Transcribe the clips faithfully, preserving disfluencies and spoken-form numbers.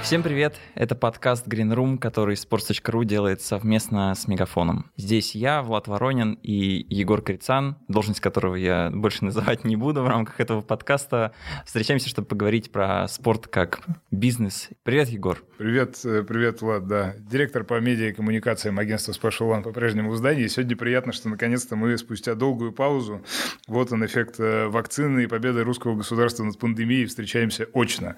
Всем привет! Это подкаст Green Room, который sports точка ру делает совместно с Мегафоном. Здесь я, Влад Воронин и Егор Крицан, должность которого я больше называть не буду в рамках этого подкаста. Встречаемся, чтобы поговорить про спорт как бизнес. Привет, Егор! Привет, привет, Влад, да. Директор по медиа и коммуникациям агентства Special One по-прежнему в здании. Сегодня приятно, что наконец-то мы спустя долгую паузу, вот он эффект вакцины и победы русского государства над пандемией, встречаемся очно.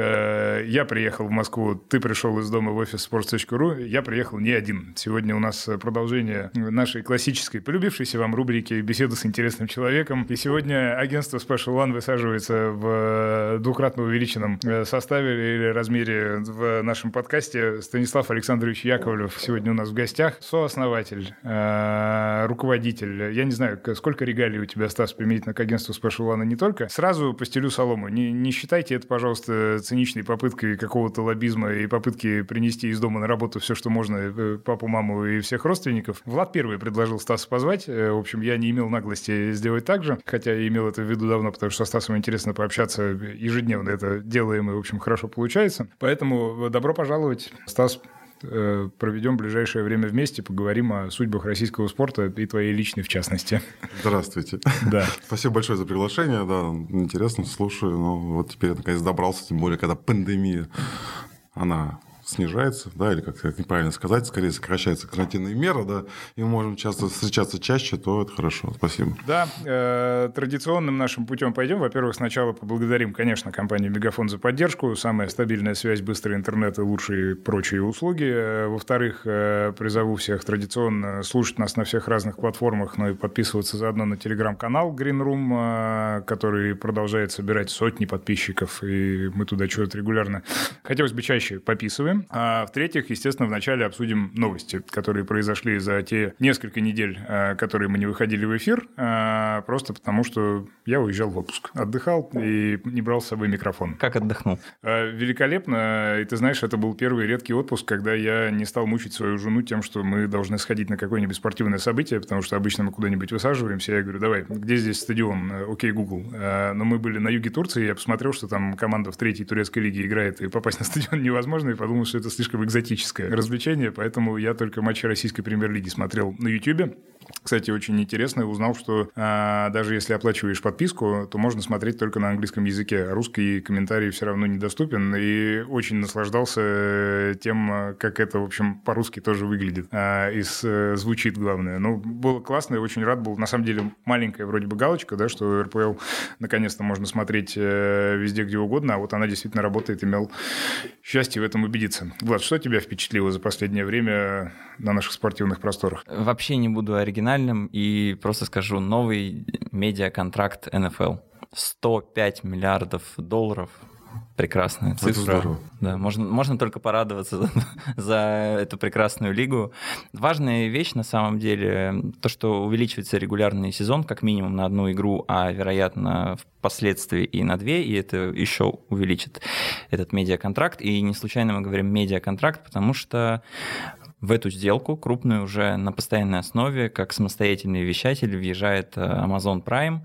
Я приехал в Москву, ты пришел из дома в офис sports точка ру, я приехал не один. Сегодня у нас продолжение нашей классической, полюбившейся вам рубрики «Беседа с интересным человеком». И сегодня агентство Special One высаживается в двукратно увеличенном составе или размере в нашем подкасте. Станислав Александрович Яковлев сегодня у нас в гостях. Сооснователь, руководитель. Я не знаю, сколько регалий у тебя, Стас, применительно к агентству Special One, и не только. Сразу постелю солому. Не, не считайте это, пожалуйста, циничной попыткой какого-то лоббизма и попытки принести из дома на работу все, что можно, папу, маму и всех родственников. Влад первый предложил Стаса позвать. В общем, я не имел наглости сделать так же, хотя я имел это в виду давно, потому что со Стасом интересно пообщаться ежедневно. Это делаем и, в общем, хорошо получается. Поэтому добро пожаловать, Стас. Проведем ближайшее время вместе, поговорим о судьбах российского спорта и твоей личной в частности. Здравствуйте. Да. Спасибо большое за приглашение. Да, интересно, слушаю. Ну, вот теперь я наконец добрался, тем более, когда пандемия, она снижается, да, или как неправильно сказать, скорее сокращается карантинные меры, да, и мы можем часто встречаться чаще, то это хорошо. Спасибо. Да, э, традиционным нашим путем пойдем. Во-первых, сначала поблагодарим, конечно, компанию Мегафон за поддержку. Самая стабильная связь, быстрый интернет и лучшие прочие услуги. Во-вторых, э, призову всех традиционно слушать нас на всех разных платформах, но и подписываться заодно на телеграм-канал Green Room, э, который продолжает собирать сотни подписчиков, и мы туда что-то регулярно, хотелось бы чаще, пописываем. А в-третьих, естественно, вначале обсудим новости, которые произошли за те несколько недель, которые мы не выходили в эфир, просто потому что я уезжал в отпуск. Отдыхал и не брал с собой микрофон. Как отдохнул? Великолепно. И ты знаешь, это был первый редкий отпуск, когда я не стал мучить свою жену тем, что мы должны сходить на какое-нибудь спортивное событие, потому что обычно мы куда-нибудь высаживаемся. Я говорю, давай, где здесь стадион? Окей, Google. Но мы были на юге Турции, я посмотрел, что там команда в третьей турецкой лиге играет, и попасть на стадион невозможно, и подумал, что это слишком экзотическое развлечение, поэтому я только матчи российской премьер-лиги смотрел на Ютьюбе. Кстати, очень интересно, узнал, что а, даже если оплачиваешь подписку, то можно смотреть только на английском языке, а русский комментарий все равно недоступен, и очень наслаждался тем, как это, в общем, по-русски тоже выглядит, а, и с, звучит, главное. Ну, было классно, я очень рад был. На самом деле, маленькая вроде бы галочка, да, что эр пэ эл наконец-то можно смотреть везде, где угодно, а вот она действительно работает, имел счастье в этом убедиться. Влад, что тебя впечатлило за последнее время на наших спортивных просторах? Вообще не буду оригинальным и просто скажу: новый медиаконтракт эн эф эл. сто пять миллиардов долларов. Прекрасная цифра. Да, можно, можно только порадоваться за, за эту прекрасную лигу. Важная вещь на самом деле, то, что увеличивается регулярный сезон как минимум на одну игру, а вероятно впоследствии и на две, и это еще увеличит этот медиаконтракт. И не случайно мы говорим медиаконтракт, потому что в эту сделку крупную уже на постоянной основе, как самостоятельный вещатель, въезжает Amazon Prime,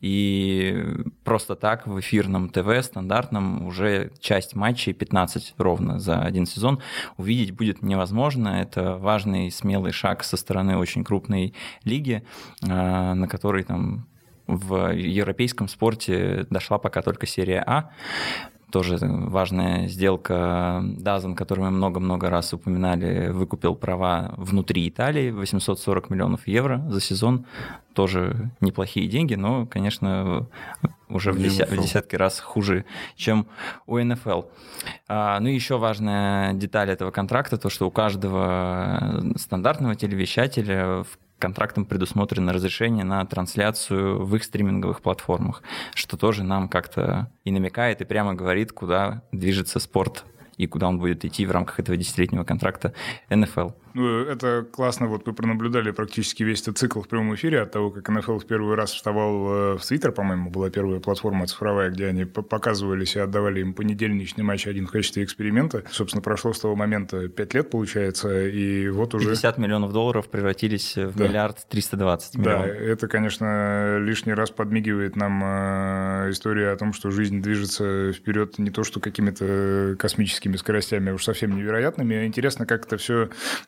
и просто так в эфирном ТВ стандартном уже часть матчей, пятнадцать ровно за один сезон, увидеть будет невозможно. Это важный, смелый шаг со стороны очень крупной лиги, на которой там в европейском спорте дошла пока только серия А. Тоже важная сделка. дазен, которую мы много-много раз упоминали, выкупил права внутри Италии, восемьсот сорок миллионов евро за сезон. Тоже неплохие деньги, но, конечно, уже в, деся- в десятки раз хуже, чем у эн эф эл. А, ну и еще важная деталь этого контракта, то, что у каждого стандартного телевещателя в контрактом предусмотрено разрешение на трансляцию в их стриминговых платформах, что тоже нам как-то и намекает, и прямо говорит, куда движется спорт и куда он будет идти в рамках этого десятилетнего контракта эн эф эл. Ну, это классно, вот вы пронаблюдали практически весь этот цикл в прямом эфире от того, как эн эф эл в первый раз вставал в Твиттер, по-моему, была первая платформа цифровая, где они показывались и отдавали им понедельничный матч один в качестве эксперимента. Собственно, прошло с того момента пять лет, получается, и вот уже... пятьдесят миллионов долларов превратились в да. миллиард триста двадцать миллионов. Да, это, конечно, лишний раз подмигивает нам история о том, что жизнь движется вперед не то что какими-то космическими скоростями, а уж совсем невероятными. Интересно, как это все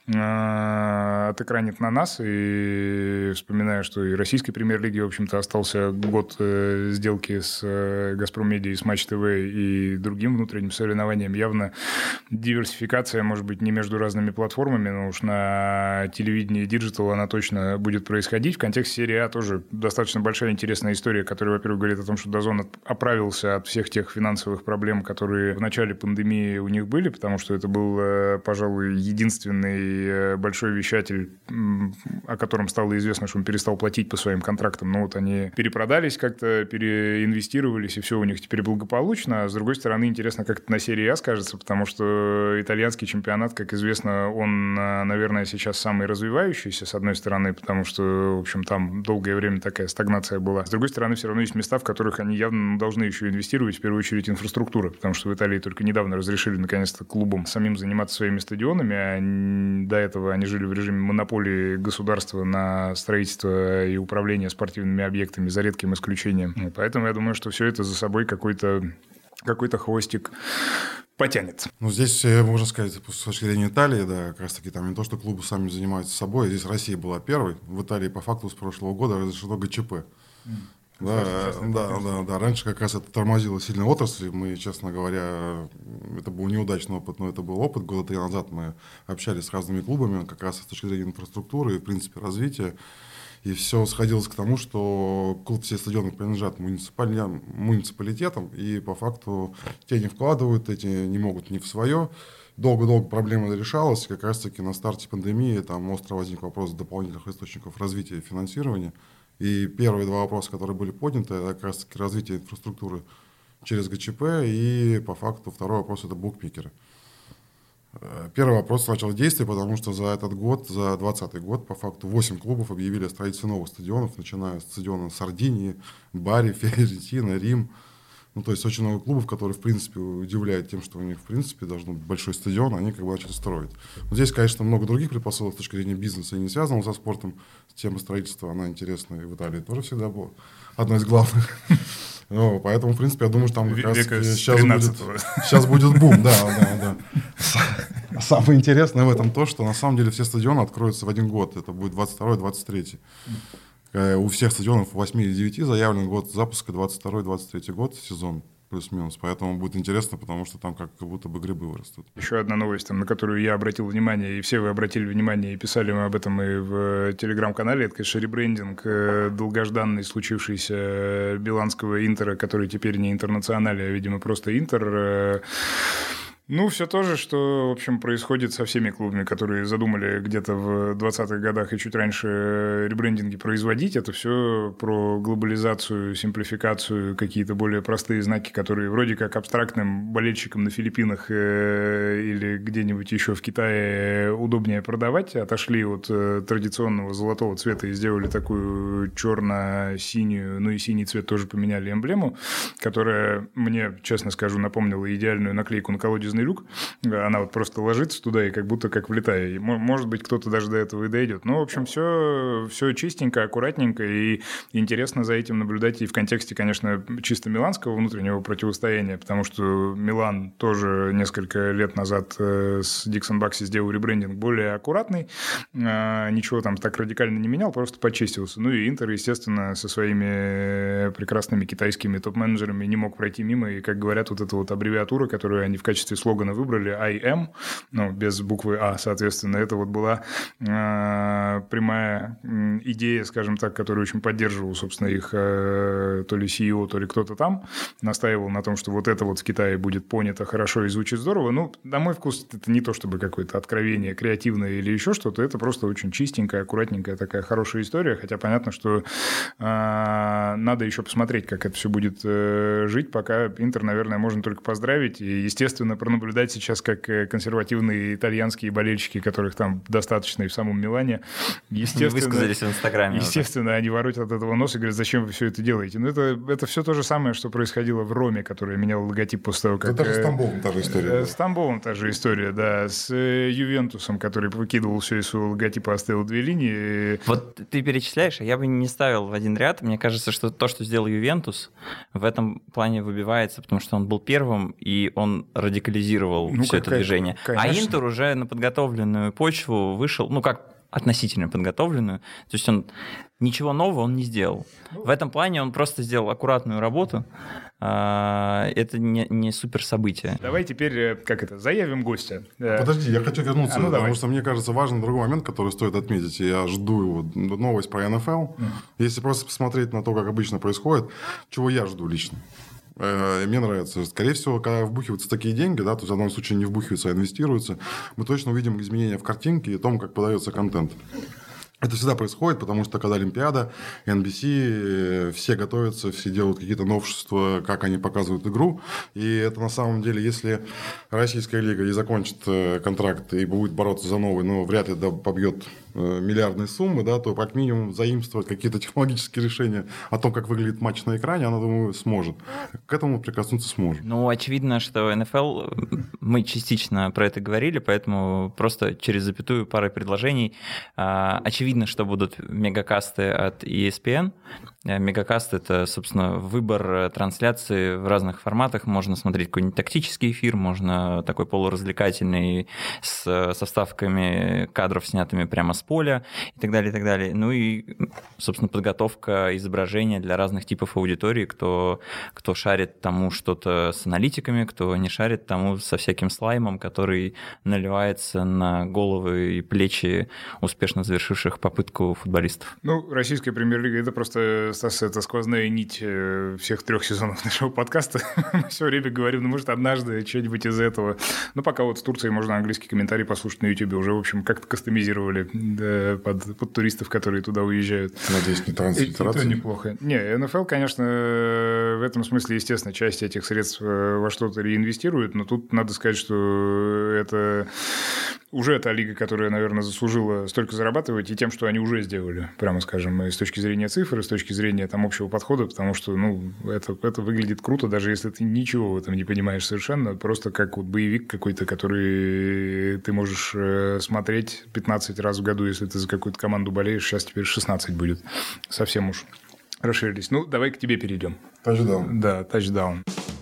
отэкранит на нас, и вспоминаю, что и российской премьер-лиги, в общем-то, остался год сделки с «Газпром Медиа» и с Матч ТВ и другим внутренним соревнованием. Явно диверсификация, может быть, не между разными платформами, но уж на телевидении и диджитал она точно будет происходить. В контексте серии А тоже достаточно большая интересная история, которая, во-первых, говорит о том, что ДАЗН оправился от всех тех финансовых проблем, которые в начале пандемии у них были, потому что это был, пожалуй, единственный большой вещатель, о котором стало известно, что он перестал платить по своим контрактам. Ну вот они перепродались как-то, переинвестировались, и все у них теперь благополучно. А с другой стороны, интересно, как это на серии А скажется, потому что итальянский чемпионат, как известно, он, наверное, сейчас самый развивающийся, с одной стороны, потому что, в общем, там долгое время такая стагнация была. С другой стороны, все равно есть места, в которых они явно должны еще инвестировать, в первую очередь инфраструктура, потому что в Италии только недавно разрешили, наконец-то, клубам самим заниматься своими стадионами, а до этого они жили в режиме монополии государства на строительство и управление спортивными объектами, за редким исключением. Поэтому я думаю, что все это за собой какой-то, какой-то хвостик потянет. Ну, здесь можно сказать, с точки зрения Италии, да, как раз таки там не то, что клубы сами занимаются собой, здесь Россия была первой. В Италии по факту с прошлого года разрешено гэ че пэ. Mm. Да, да, да, да. Раньше как раз это тормозило сильно отрасль. Мы, честно говоря, это был неудачный опыт, но это был опыт. Года три назад мы общались с разными клубами, как раз с точки зрения инфраструктуры и, в принципе, развития. И все сходилось к тому, что клуб, все стадионы принадлежат муниципалитетам, и по факту те не вкладывают, эти не могут ни в свое. Долго-долго проблема решалась, как раз-таки на старте пандемии там остро возник вопрос дополнительных источников развития и финансирования. И первые два вопроса, которые были подняты, это как раз-таки развитие инфраструктуры через гэ че пэ, и по факту второй вопрос – это букмекеры. Первый вопрос начал действие, потому что за этот год, за двадцатый год, по факту восемь клубов объявили о строительстве новых стадионов, начиная с стадиона Сардинии, Бари, Фиорентина, Рим. Ну, то есть очень много клубов, которые, в принципе, удивляют тем, что у них, в принципе, должен быть большой стадион, они как бы начали строить. Вот здесь, конечно, много других предпосылок с точки зрения бизнеса и не связанного со спортом. Тема строительства, она интересна, и в Италии тоже всегда была одной из главных. Ну, поэтому, в принципе, я думаю, что там как раз сейчас будет, сейчас будет бум. Да, да, да. Самое интересное в этом то, что на самом деле все стадионы откроются в один год. Это будет двадцать второй - двадцать третий. У всех стадионов восемь или девять заявлен год запуска двадцать второй - двадцать третий год, сезон плюс-минус. Поэтому будет интересно, потому что там как будто бы грибы вырастут. Еще одна новость, там, на которую я обратил внимание, и все вы обратили внимание, и писали мы об этом и в телеграм-канале. Это, конечно, ребрендинг долгожданный, случившийся Биланского Интера, который теперь не Интернационале, а, видимо, просто Интер. Ну, все то же, что, в общем, происходит со всеми клубами, которые задумали где-то в двадцатых годах и чуть раньше ребрендинги производить. Это все про глобализацию, симплификацию, какие-то более простые знаки, которые вроде как абстрактным болельщикам на Филиппинах или где-нибудь еще в Китае удобнее продавать. Отошли от традиционного золотого цвета и сделали такую черно-синюю, ну и синий цвет тоже поменяли эмблему, которая мне, честно скажу, напомнила идеальную наклейку на колодезный люк, она вот просто ложится туда и как будто как влетая. И, может быть, кто-то даже до этого и дойдет. Ну, в общем, все, все чистенько, аккуратненько, и интересно за этим наблюдать и в контексте, конечно, чисто миланского внутреннего противостояния, потому что Милан тоже несколько лет назад с Dixon Baxi сделал ребрендинг более аккуратный, ничего там так радикально не менял, просто почистился. Ну и Интер, естественно, со своими прекрасными китайскими топ-менеджерами не мог пройти мимо, и, как говорят, вот эта вот аббревиатура, которую они в качестве слогана выбрали, ай эм, ну, без буквы А, соответственно, это вот была э, прямая идея, скажем так, которую очень поддерживал, собственно, их то ли си и о, то ли кто-то там, настаивал на том, что вот это вот в Китае будет понято хорошо и звучит здорово. Ну, на мой вкус, это не то чтобы какое-то откровение креативное или еще что-то, это просто очень чистенькая, аккуратненькая такая хорошая история, хотя понятно, что э, надо еще посмотреть, как это все будет э, жить, пока Интер, наверное, можно только поздравить и, естественно, пронаблюдать сейчас, как консервативные итальянские болельщики, которых там достаточно и в самом Милане, естественно, высказались в Инстаграме. Естественно, уже. Они воротят от этого носа и говорят, зачем вы все это делаете? Ну, это, это все то же самое, что происходило в Роме, которая меняла логотип после того, как... Это даже с Тамбовом та же история. Э, с Тамбовом та же история, да. С э, Ювентусом, который выкидывал все из своего логотипа, оставил две линии. Вот ты перечисляешь, а я бы не ставил в один ряд. Мне кажется, что то, что сделал Ювентус, в этом плане выбивается, потому что он был первым, и он радикализировал ну, все это движение. Конечно. А Интер уже на подготовленную почву вышел, ну как относительно подготовленную, то есть он ничего нового он не сделал. В этом плане он просто сделал аккуратную работу. Это не, не супер событие. Давай теперь, как это, заявим гостя. Подожди, я хочу вернуться, а, ну, потому давай. что мне кажется важен другой момент, который стоит отметить. Я жду его, новость про эн эф эл. Mm. Если просто посмотреть на то, как обычно происходит, чего я жду лично. Мне нравится. Скорее всего, когда вбухиваются такие деньги, да, то есть в одном случае не вбухиваются, а инвестируются, мы точно увидим изменения в картинке и в том, как подается контент. Это всегда происходит, потому что когда Олимпиада, эн би си, все готовятся, все делают какие-то новшества, как они показывают игру. И это на самом деле, если российская лига не закончит контракт и будет бороться за новый, но вряд ли побьет миллиардные суммы, да, то как минимум заимствовать какие-то технологические решения о том, как выглядит матч на экране, она, думаю, сможет. К этому прикоснуться сможем. Ну, очевидно, что эн эф эл, мы частично про это говорили, поэтому просто через запятую парой предложений. Очевидно, что будут мегакасты от и эс пи эн. Мегакаст — это, собственно, выбор трансляции в разных форматах. Можно смотреть какой-нибудь тактический эфир, можно такой полуразвлекательный с, со вставками кадров, снятыми прямо с поля и так далее, и так далее. Ну и, собственно, подготовка изображения для разных типов аудитории, кто, кто шарит тому что-то с аналитиками, кто не шарит тому со всяким слаймом, который наливается на головы и плечи успешно завершивших попытку футболистов. Ну, российская премьер-лига — это просто, Стас, это сквозная нить всех трех сезонов нашего подкаста. Мы все время говорим, ну, может, однажды что-нибудь из этого. Ну, пока вот в Турции можно английский комментарий послушать на Ютубе. Уже, в общем, как-то кастомизировали да, под, под туристов, которые туда уезжают. Надеюсь, не транслитерация. Это неплохо. Не, эн эф эл, конечно, в этом смысле, естественно, часть этих средств во что-то реинвестирует, но тут надо сказать, что это уже та лига, которая, наверное, заслужила столько зарабатывать и тем, что они уже сделали, прямо скажем, и с точки зрения цифр, и с точки зрения там, общего подхода, потому что ну, это, это выглядит круто, даже если ты ничего в этом не понимаешь совершенно, просто как вот боевик какой-то, который ты можешь смотреть пятнадцать раз в году, если ты за какую-то команду болеешь, сейчас теперь шестнадцать будет. Совсем уж расширились. Ну, давай к тебе перейдем. Тачдаун. Да, тачдаун.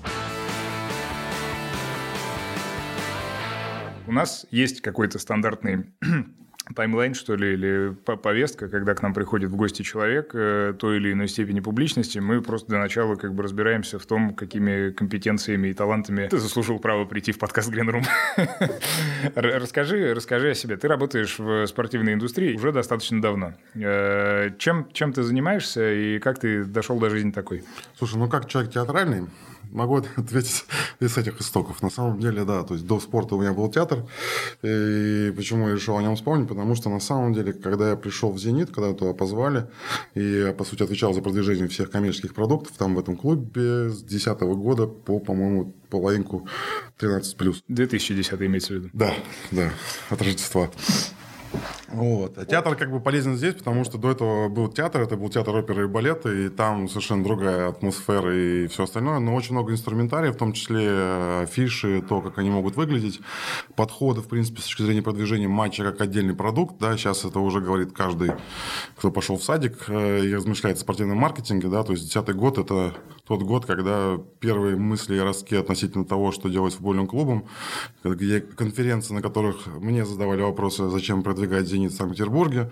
У нас есть какой-то стандартный таймлайн, что ли, или повестка, когда к нам приходит в гости человек той или иной степени публичности, мы просто для начала как бы разбираемся в том, какими компетенциями и талантами ты заслужил право прийти в подкаст Green Room. Расскажи, расскажи о себе. Ты работаешь в спортивной индустрии уже достаточно давно. Чем, чем ты занимаешься и как ты дошел до жизни такой? Слушай, ну как человек театральный, могу ответить из этих истоков. На самом деле, да, то есть до спорта у меня был театр. И почему я решил о нем вспомнить? Потому что на самом деле, когда я пришел в «Зенит», когда туда позвали, и я, по сути, отвечал за продвижение всех коммерческих продуктов там в этом клубе с две тысячи десятого года по, по-моему, половинку тринадцать плюс. две тысячи десятый имеется в виду? Да, да, от Рождества. Вот. А театр как бы полезен здесь, потому что до этого был театр, это был театр оперы и балета, и там совершенно другая атмосфера и все остальное, но очень много инструментария, в том числе афиши, то, как они могут выглядеть, подходы, в принципе, с точки зрения продвижения матча как отдельный продукт, да, сейчас это уже говорит каждый, кто пошел в садик и размышляет о спортивном маркетинге, да, то есть десятый год – это тот год, когда первые мысли и ростки относительно того, что делать футбольным клубом, где конференции, на которых мне задавали вопросы, зачем продвигать «Зенит», «Зенит» в Санкт-Петербурге.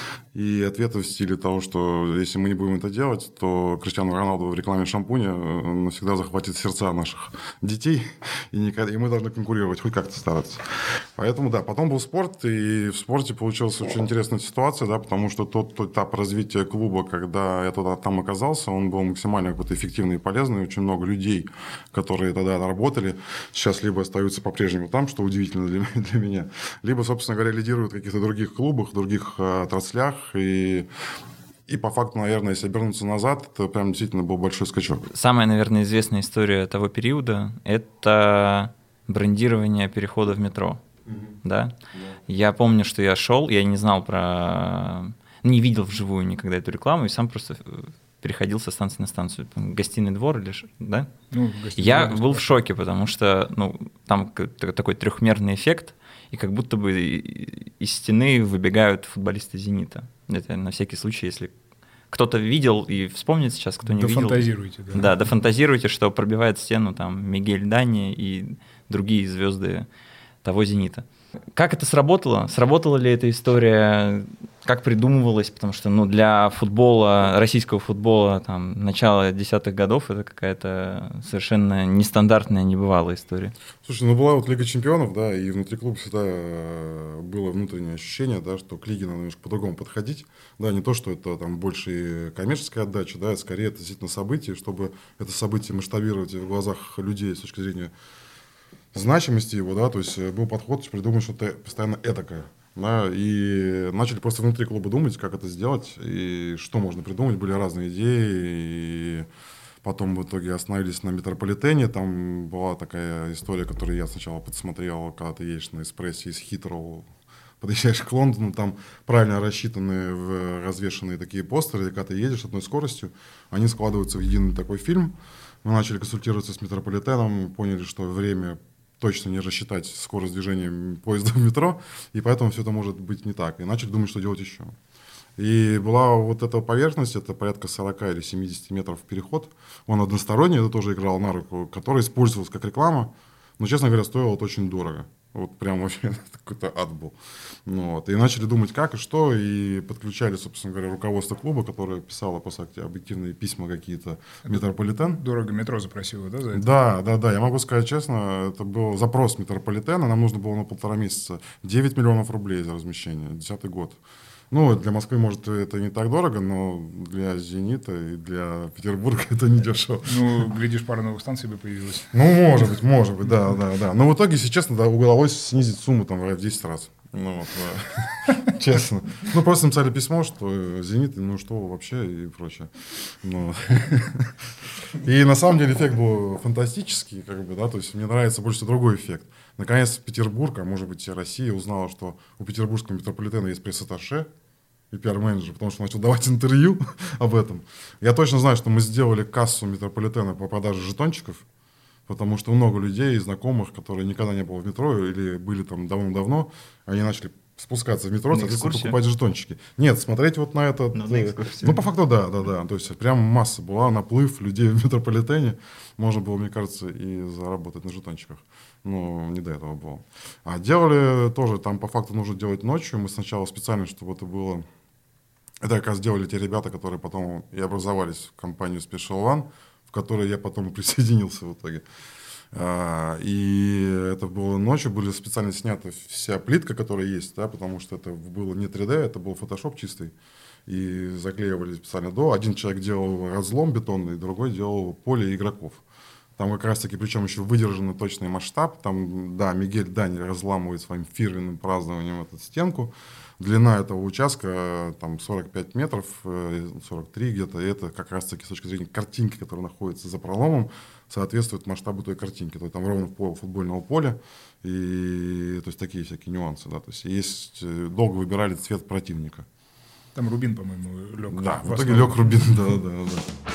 И ответы в стиле того, что если мы не будем это делать, то Криштиану Роналду в рекламе шампуня навсегда захватит сердца наших детей, и, никогда, и мы должны конкурировать, хоть как-то стараться. Поэтому, да, потом был спорт, и в спорте получилась очень интересная ситуация, да, потому что тот, тот этап развития клуба, когда я туда, там оказался, он был максимально какой-то эффективный и полезный. Очень много людей, которые тогда работали, сейчас либо остаются по-прежнему там, что удивительно для, для меня, либо, собственно говоря, лидируют в каких-то других клубах, в других э, отраслях. И, и по факту, наверное, если обернуться назад, это прям действительно был большой скачок. Самая, наверное, известная история того периода – это брендирование перехода в метро. Mm-hmm. Да? Yeah. Я помню, что я шел, я не знал про... Не видел вживую никогда эту рекламу, и сам просто переходил со станции на станцию. Гостиный двор или что, да? Ну, я двор, был в шоке, потому что ну, там такой трехмерный эффект, и как будто бы из стены выбегают футболисты «Зенита». Это на всякий случай, если кто-то видел и вспомнит сейчас, кто не видел. Дофантазируйте, да. Да, дофантазируйте, что пробивает стену там Мигель Дани и другие звезды того «Зенита». Как это сработало? Сработала ли эта история? Как придумывалось? Потому что ну, для футбола, российского футбола, там, начала десятых годов это какая-то совершенно нестандартная, небывалая история. Слушай, ну была вот Лига чемпионов, да, и внутри клуба всегда было внутреннее ощущение, да, что к лиге надо немножко по-другому подходить. Да, не то, что это там больше коммерческая отдача, да, скорее это действительно событие, чтобы это событие масштабировать в глазах людей с точки зрения значимости его, да, то есть был подход, придумать что-то постоянно этакое, да, и начали просто внутри клуба думать, как это сделать, и что можно придумать, были разные идеи, и потом в итоге остановились на Метрополитене, там была такая история, которую я сначала подсмотрел, когда ты едешь на экспрессе из Хитроу, подъезжаешь к Лондону, там правильно рассчитанные, развешенные такие постеры, и когда ты едешь одной скоростью, они складываются в единый такой фильм. Мы начали консультироваться с Метрополитеном, поняли, что время точно не рассчитать скорость движения поезда в метро, и поэтому все это может быть не так. И начали думать, что делать еще. И была вот эта поверхность, это порядка сорок или семьдесят метров переход. Он односторонний, это тоже играл на руку, который использовался как реклама, но, честно говоря, стоило это очень дорого. Вот прям вообще какой-то ад был. Ну, вот. И начали думать, как и что, и подключали, собственно говоря, руководство клуба, которое писало после объективные письма какие-то в Метрополитен. Дорого метро запросило, да, за это? Да, да, да. Я могу сказать честно, это был запрос Метрополитена, нам нужно было на полтора месяца девять миллионов рублей за размещение, десятый год. Ну, для Москвы, может, это не так дорого, но для «Зенита» и для Петербурга это не дешево. Ну, глядишь, пара новых станций бы появилась. Ну, может быть, может быть, да, да, да. Но в итоге, если честно, да, удалось снизить сумму там в десять раз. Ну, вот, да. Честно. Ну, просто написали письмо, что «Зенит», ну, что вообще и прочее. Ну. И на самом деле эффект был фантастический, как бы, да, то есть мне нравится больше другой эффект. Наконец, Петербург, а может быть, вся Россия узнала, что у петербургского метрополитена есть пресс-атташе и пиар-менеджер, потому что начал давать интервью об этом. Я точно знаю, что мы сделали кассу метрополитена по продаже жетончиков, потому что много людей, знакомых, которые никогда не были в метро или были там давно-давно, они начали спускаться в метро, соответственно, покупать жетончики. Нет, смотреть вот на это... Ну, на экскурсию. Ну, по факту, да, да, да. То есть прям масса была, наплыв людей в метрополитене. Можно было, мне кажется, и заработать на жетончиках. Но не до этого было. А делали тоже, там по факту нужно делать ночью. Мы сначала специально, чтобы это было... Это как раз делали те ребята, которые потом и образовались в компанию Special One, в которой я потом присоединился в итоге. И это было ночью, были специально сняты вся плитка, которая есть, да, потому что это было не три дэ, это был фотошоп чистый. И заклеивали специально до. Один человек делал разлом бетонный, другой делал поле игроков. Там как раз-таки, причем еще выдержанный точный масштаб. Там, да, Мигель Дани разламывает своим фирменным празднованием эту стенку. Длина этого участка там сорок пять метров, сорок три где-то. И это как раз-таки с точки зрения картинки, которая находится за проломом, соответствует масштабу той картинки. То есть там ровно пол футбольного поля. И то есть такие всякие нюансы. Да. То есть, есть долго выбирали цвет противника. Там рубин, по-моему, лег. Да, в итоге лег рубин, да, да, да.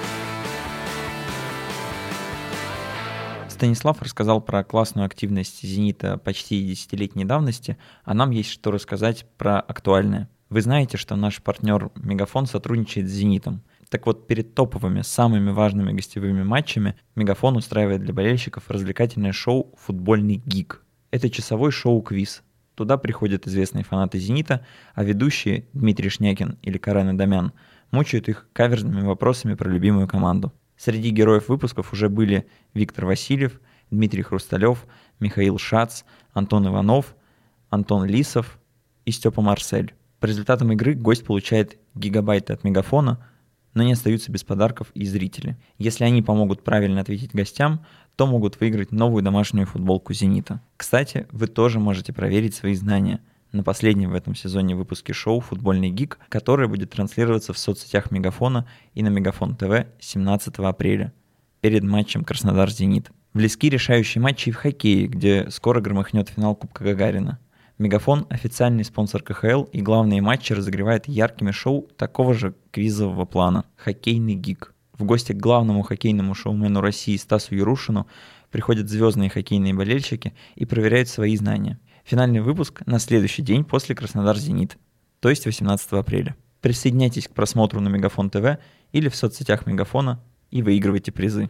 Станислав рассказал про классную активность «Зенита» почти десятилетней давности, а нам есть что рассказать про актуальное. Вы знаете, что наш партнер «Мегафон» сотрудничает с «Зенитом». Так вот, перед топовыми, самыми важными гостевыми матчами «Мегафон» устраивает для болельщиков развлекательное шоу «Футбольный гиг». Это часовой шоу-квиз. Туда приходят известные фанаты «Зенита», а ведущие Дмитрий Шнякин или Карен Адамян мучают их каверзными вопросами про любимую команду. Среди героев выпусков уже были Виктор Васильев, Дмитрий Хрусталев, Михаил Шац, Антон Иванов, Антон Лисов и Степа Марсель. По результатам игры гость получает гигабайты от Мегафона, но не остаются без подарков и зрители. Если они помогут правильно ответить гостям, то могут выиграть новую домашнюю футболку «Зенита». Кстати, вы тоже можете проверить свои знания на последнем в этом сезоне выпуске шоу «Футбольный гик», которое будет транслироваться в соцсетях Мегафона и на Мегафон ТВ семнадцатого апреля перед матчем Краснодар-Зенит. Близки решающие матчи и в хоккее, где скоро громыхнет финал Кубка Гагарина. Мегафон – официальный спонсор ка ха эл, и главные матчи разогревает яркими шоу такого же квизового плана – «Хоккейный гик». В гости к главному хоккейному шоумену России Стасу Ярушину приходят звездные хоккейные болельщики и проверяют свои знания. Финальный выпуск на следующий день после Краснодар-Зенит, то есть восемнадцатого апреля. Присоединяйтесь к просмотру на Мегафон ТВ или в соцсетях Мегафона и выигрывайте призы.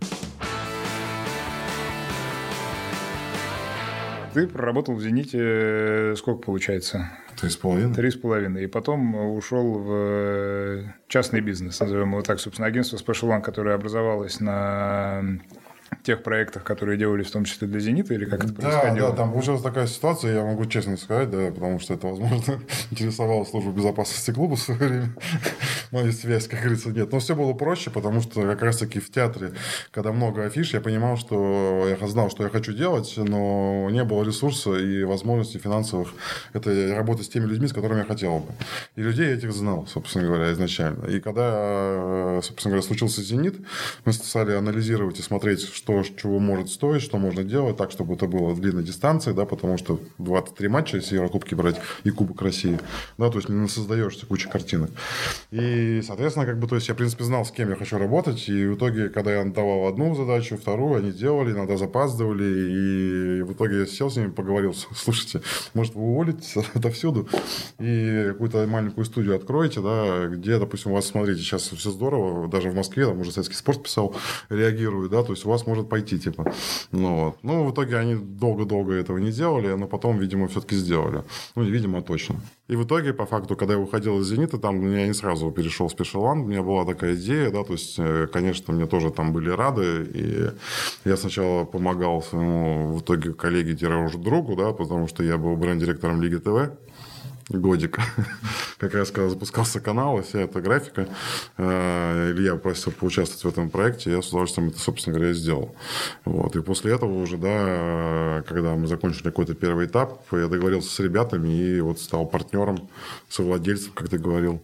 Ты проработал в «Зените» сколько получается? Три с половиной. Три с половиной. И потом ушел в частный бизнес, назовем его так. Собственно, агентство Special One, которое образовалось на тех проектах, которые делались в том числе для «Зенита», или как это да, происходило? Да, там получилась такая ситуация, я могу честно сказать, да, потому что это, возможно, интересовало службу безопасности клуба в свое время. Моя связь, как говорится, нет. Но все было проще, потому что как раз-таки в театре, когда много афиш, я понимал, что я знал, что я хочу делать, но не было ресурса и возможностей финансовых это работать с теми людьми, с которыми я хотел бы. И людей я этих знал, собственно говоря, изначально. И когда, собственно говоря, случился «Зенит», мы стали анализировать и смотреть, что чего может стоить, что можно делать так, чтобы это было в длинной дистанции, да, потому что двадцать три матча, если Еврокубки брать и Кубок России, да, то есть не создаешься куча картинок. И, соответственно, как бы, то есть я, в принципе, знал, с кем я хочу работать, и в итоге, когда я давал одну задачу, вторую, они делали, иногда запаздывали, и в итоге я сел с ними, поговорил, слушайте, может, вы уволитесь отовсюду и какую-то маленькую студию откроете, да, где, допустим, у вас, смотрите, сейчас все здорово, даже в Москве, там уже Советский спорт писал, реагирует, да, то есть у вас может пойти, типа. Ну, вот. Ну, в итоге они долго-долго этого не делали, но потом, видимо, все-таки сделали. Ну, видимо, точно. И в итоге, по факту, когда я уходил из «Зенита», там я не сразу перешел в Special One, у меня была такая идея, да, то есть, конечно, мне тоже там были рады, и я сначала помогал своему, в итоге, коллеге-другу, да, потому что я был бренд-директором Лиги ТВ, годик. Как раз когда запускался канал, и вся эта графика, Илья просил поучаствовать в этом проекте, я с удовольствием это, собственно говоря, сделал. Вот. И после этого уже, да, когда мы закончили какой-то первый этап, я договорился с ребятами и вот стал партнером, совладельцем, как ты говорил,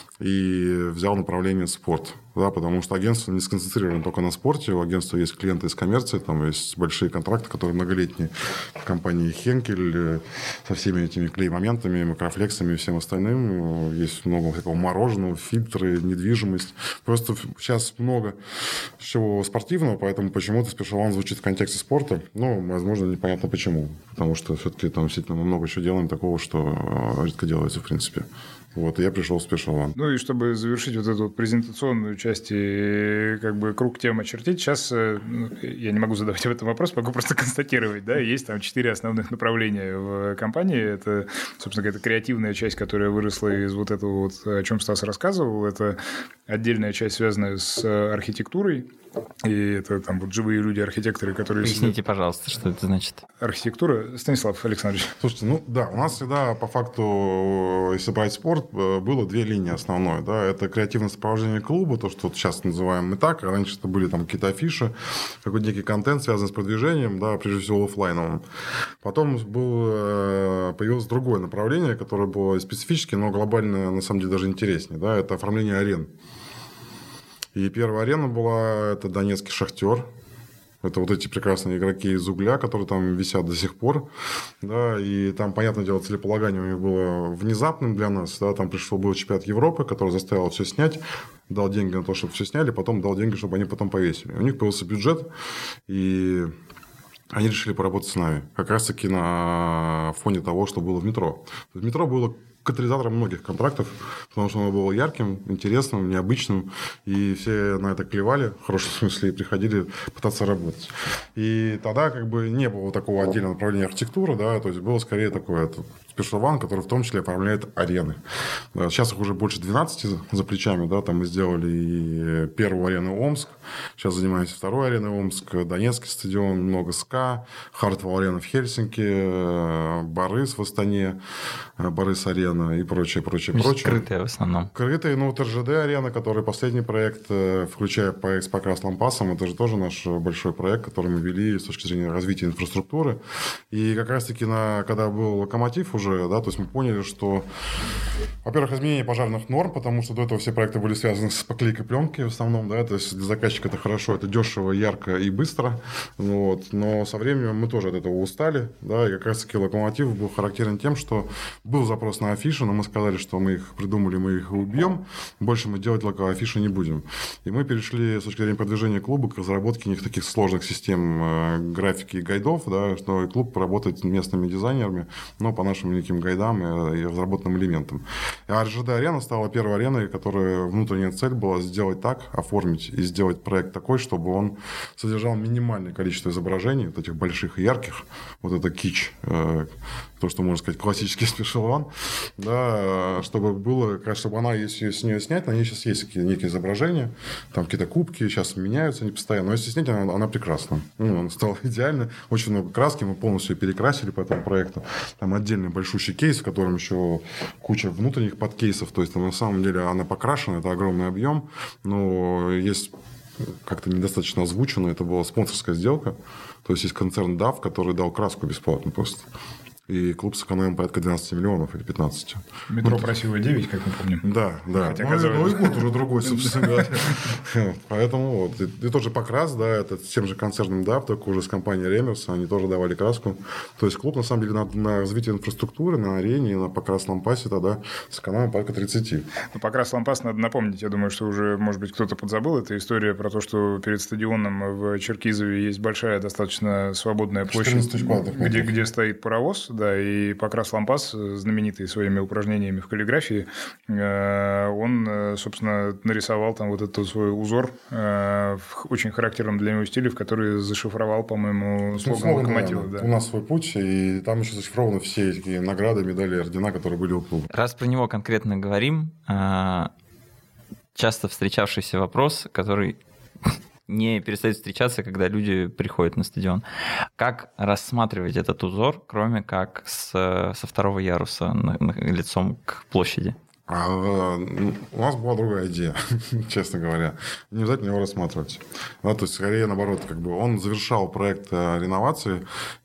и взял направление спорт. Да, потому что агентство не сконцентрировано только на спорте. У агентства есть клиенты из коммерции, там есть большие контракты, которые многолетние. В компании Хенкель со всеми этими клей-моментами, макрофлексами и всем остальным. Есть много всякого мороженого, фильтры, недвижимость. Просто сейчас много чего спортивного, поэтому почему-то Special One звучит в контексте спорта. Ну, возможно, непонятно почему. Потому что все-таки там действительно мы много чего делаем такого, что редко делается в принципе. Вот, и я пришел в Special One. Ну, и чтобы завершить вот эту вот презентационную часть и как бы круг тем очертить, сейчас ну, я не могу задавать в этом вопрос, могу просто констатировать, да, есть там четыре основных направления в компании. Это, собственно, какая-то креативная часть, которая выросла из вот этого вот, о чем Стас рассказывал. Это отдельная часть, связанная с архитектурой. И это там вот живые люди-архитекторы, которые... Поясните, сидят... пожалуйста, что это значит. Архитектура. Станислав Александрович. Слушайте, ну да, у нас всегда по факту, если брать спорт, было две линии основной. Да? Это креативное сопровождение клуба, то, что вот сейчас называем мы так, а раньше это были там какие-то афиши, какой-то некий контент, связанный с продвижением, да, прежде всего офлайновым. Потом был, появилось другое направление, которое было специфически, но глобально, на самом деле, даже интереснее. Да? Это оформление арен. И первая арена была, это Донецкий «Шахтер». Это вот эти прекрасные игроки из «Угля», которые там висят до сих пор. Да, и там, понятное дело, целеполагание у них было внезапным для нас. Да, там пришел был чемпионат Европы, который заставил все снять, дал деньги на то, чтобы все сняли, потом дал деньги, чтобы они потом повесили. У них появился бюджет, и они решили поработать с нами. Как раз-таки на фоне того, что было в метро. В метро было катализатором многих контрактов, потому что оно было ярким, интересным, необычным, и все на это клевали, в хорошем смысле, и приходили пытаться работать. И тогда как бы не было такого отдельного направления архитектуры, да, то есть было скорее такое это Special One, который в том числе оформляет арены. Сейчас их уже больше двенадцати за плечами, да, там мы сделали и первую арену Омск, сейчас занимаемся второй ареной Омск, Донецкий стадион, много СКА, Хартвелл арена в Хельсинки, Борис в Астане, Борис арена и прочее, прочее, прочее. Крытые в основном. Крытые, ну, вот эр жэ дэ арена, который последний проект, включая проект с Покрас Лампасом, это же тоже наш большой проект, который мы вели с точки зрения развития инфраструктуры. И как раз-таки, на, когда был Локомотив уже, да, то есть мы поняли, что, во-первых, изменение пожарных норм, потому что до этого все проекты были связаны с поклейкой пленки в основном, да, то есть для заказчика это хорошо, это дешево, ярко и быстро, вот, но со временем мы тоже от этого устали, да, и как раз-таки Локомотив был характерен тем, что был запрос на афиши, но мы сказали, что мы их придумали, мы их убьем, больше мы делать афиши не будем. И мы перешли с точки зрения продвижения клуба к разработке них таких сложных систем э, графики и гайдов, да, что клуб работает с местными дизайнерами, но по нашим неким гайдам и, и разработанным элементам. А эр жэ дэ-арена стала первой ареной, которая внутренняя цель была сделать так, оформить и сделать проект такой, чтобы он содержал минимальное количество изображений, вот этих больших и ярких, вот это кич, э, то, что можно сказать, классический Special One, да, чтобы было, чтобы она, если с нее снять, на ней сейчас есть некие изображения, там какие-то кубки, сейчас меняются они постоянно, но если снять, она, она прекрасна. Ну, она стала идеальной, очень много краски, мы полностью ее перекрасили по этому проекту. Там отдельный большущий кейс, в котором еще куча внутренних подкейсов, то есть там на самом деле она покрашена, это огромный объем, но есть как-то недостаточно озвучено, это была спонсорская сделка, то есть есть концерн дав, который дал краску бесплатно просто. И клуб сэкономил порядка двенадцать миллионов или пятнадцать. Метро вот. Просило девять, как мы помним. Да, да. Хотя, ну, оказывается... ну, и год уже другой, собственно. Поэтому вот. И тот же Покрас, да, это с тем же концерном дав, только уже с компанией Ремерс, они тоже давали краску. То есть клуб, на самом деле, на, на развитие инфраструктуры, на арене, на Покрас Лампасе тогда сэкономил порядка тридцать. Ну, Покрас Лампас надо напомнить. Я думаю, что уже, может быть, кто-то подзабыл. Это история про то, что перед стадионом в Черкизове есть большая, достаточно свободная площадь, где, где стоит паровоз, да, и Покрас Лампас, знаменитый своими упражнениями в каллиграфии, он, собственно, нарисовал там вот этот свой узор в очень характерном для него стиле, в который зашифровал, по-моему, слоган ну, Локомотива. Да. У нас свой путь, и там еще зашифрованы все эти награды, медали, ордена, которые были у клуба. Раз про него конкретно говорим, часто встречавшийся вопрос, который... не перестает встречаться, когда люди приходят на стадион. Как рассматривать этот узор, кроме как с, со второго яруса на, на, лицом к площади? А, у нас была другая идея, честно говоря. Не обязательно его рассматривать. Да, то есть, скорее, наоборот, как бы он завершал проект реновации,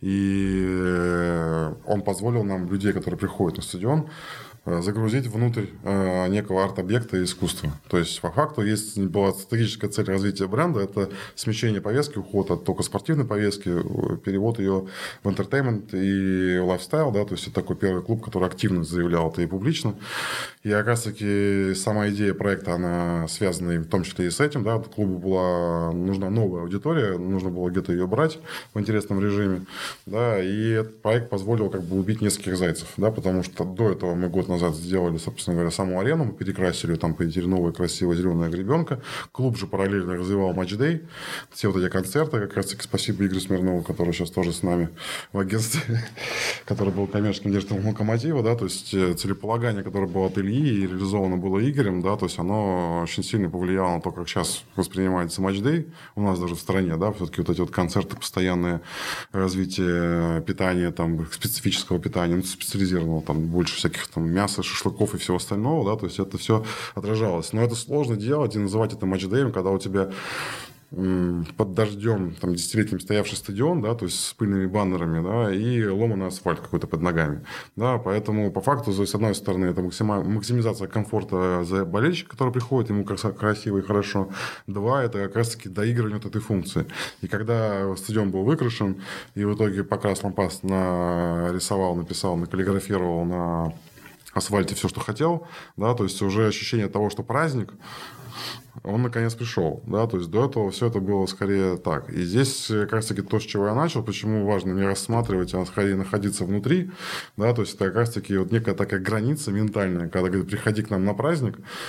и он позволил нам, людей, которые приходят на стадион, загрузить внутрь э, некого арт-объекта и искусства. То есть, по факту, есть была стратегическая цель развития бренда, это смещение повестки, уход от только спортивной повестки, перевод ее в entertainment и лайфстайл, да, то есть, это такой первый клуб, который активно заявлял это и публично. И, как раз-таки, сама идея проекта, она связана в том числе и с этим, да, клубу была нужна новая аудитория, нужно было где-то ее брать в интересном режиме, да, и этот проект позволил как бы убить нескольких зайцев, да, потому что до этого мы год назад сделали, собственно говоря, саму арену, мы перекрасили, там появилась новая красивая зеленая гребенка. Клуб же параллельно развивал матч-дэй. Все вот эти концерты, как раз таки спасибо Игорю Смирнову, который сейчас тоже с нами в агентстве, который был коммерческим директором Локомотива, да, то есть целеполагание, которое было от Ильи и реализовано было Игорем, да, то есть оно очень сильно повлияло на то, как сейчас воспринимается матч-дэй у нас даже в стране, да, все-таки вот эти вот концерты, постоянное развитие питания, там, специфического питания, ну, специализированного, там, больше всяких там мяса, шашлыков и всего остального, да, то есть это все отражалось. Но это сложно делать и называть это матч-дэем, когда у тебя под дождем, там, десятилетием стоявший стадион, да, то есть с пыльными баннерами, да, и ломаный асфальт какой-то под ногами, да, поэтому по факту, с одной стороны, это максимизация комфорта за болельщика, который приходит, ему красиво и хорошо, два, это как раз-таки доигрывание вот этой функции. И когда стадион был выкрашен, и в итоге Покрас Лампас нарисовал, написал, накаллиграфировал на асфальте все, что хотел, да, то есть уже ощущение того, что праздник, он наконец пришел, да, то есть до этого все это было скорее так. И здесь как раз таки то, с чего я начал, почему важно не рассматривать, а скорее находиться внутри, да, то есть это как раз таки вот некая такая граница ментальная, когда говорят, приходи к нам на праздник,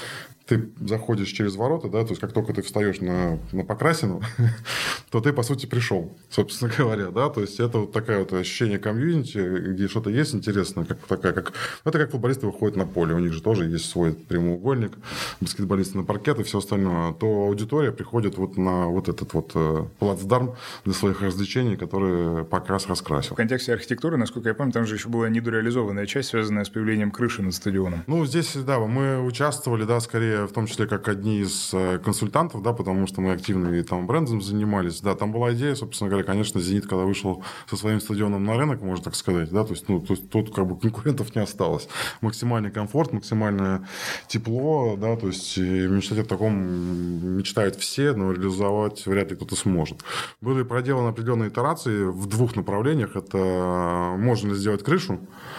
ты заходишь через ворота, да, то есть как только ты встаешь на, на Покрасину, то ты, по сути, пришел, собственно говоря, да, то есть это вот такое вот ощущение комьюнити, где что-то есть интересное, как такая, как это как футболисты выходят на поле, у них же тоже есть свой прямоугольник, баскетболисты на паркет и все остальное, то аудитория приходит вот на вот этот вот плацдарм для своих развлечений, которые Покрас раскрасил. В контексте архитектуры, насколько я помню, там же еще была недореализованная часть, связанная с появлением крыши над стадионом. Ну, здесь, да, мы участвовали, да, скорее в том числе как одни из консультантов, да, потому что мы активно и там брендом занимались. Да, там была идея, собственно говоря, конечно, «Зенит», когда вышел со своим стадионом на рынок, можно так сказать, да, то есть, ну, то есть тут как бы конкурентов не осталось. Максимальный комфорт, максимальное тепло, да, то есть мечтать о таком мечтают все, но реализовать вряд ли кто-то сможет. Были проделаны определенные итерации в двух направлениях. Это можно ли сделать крышу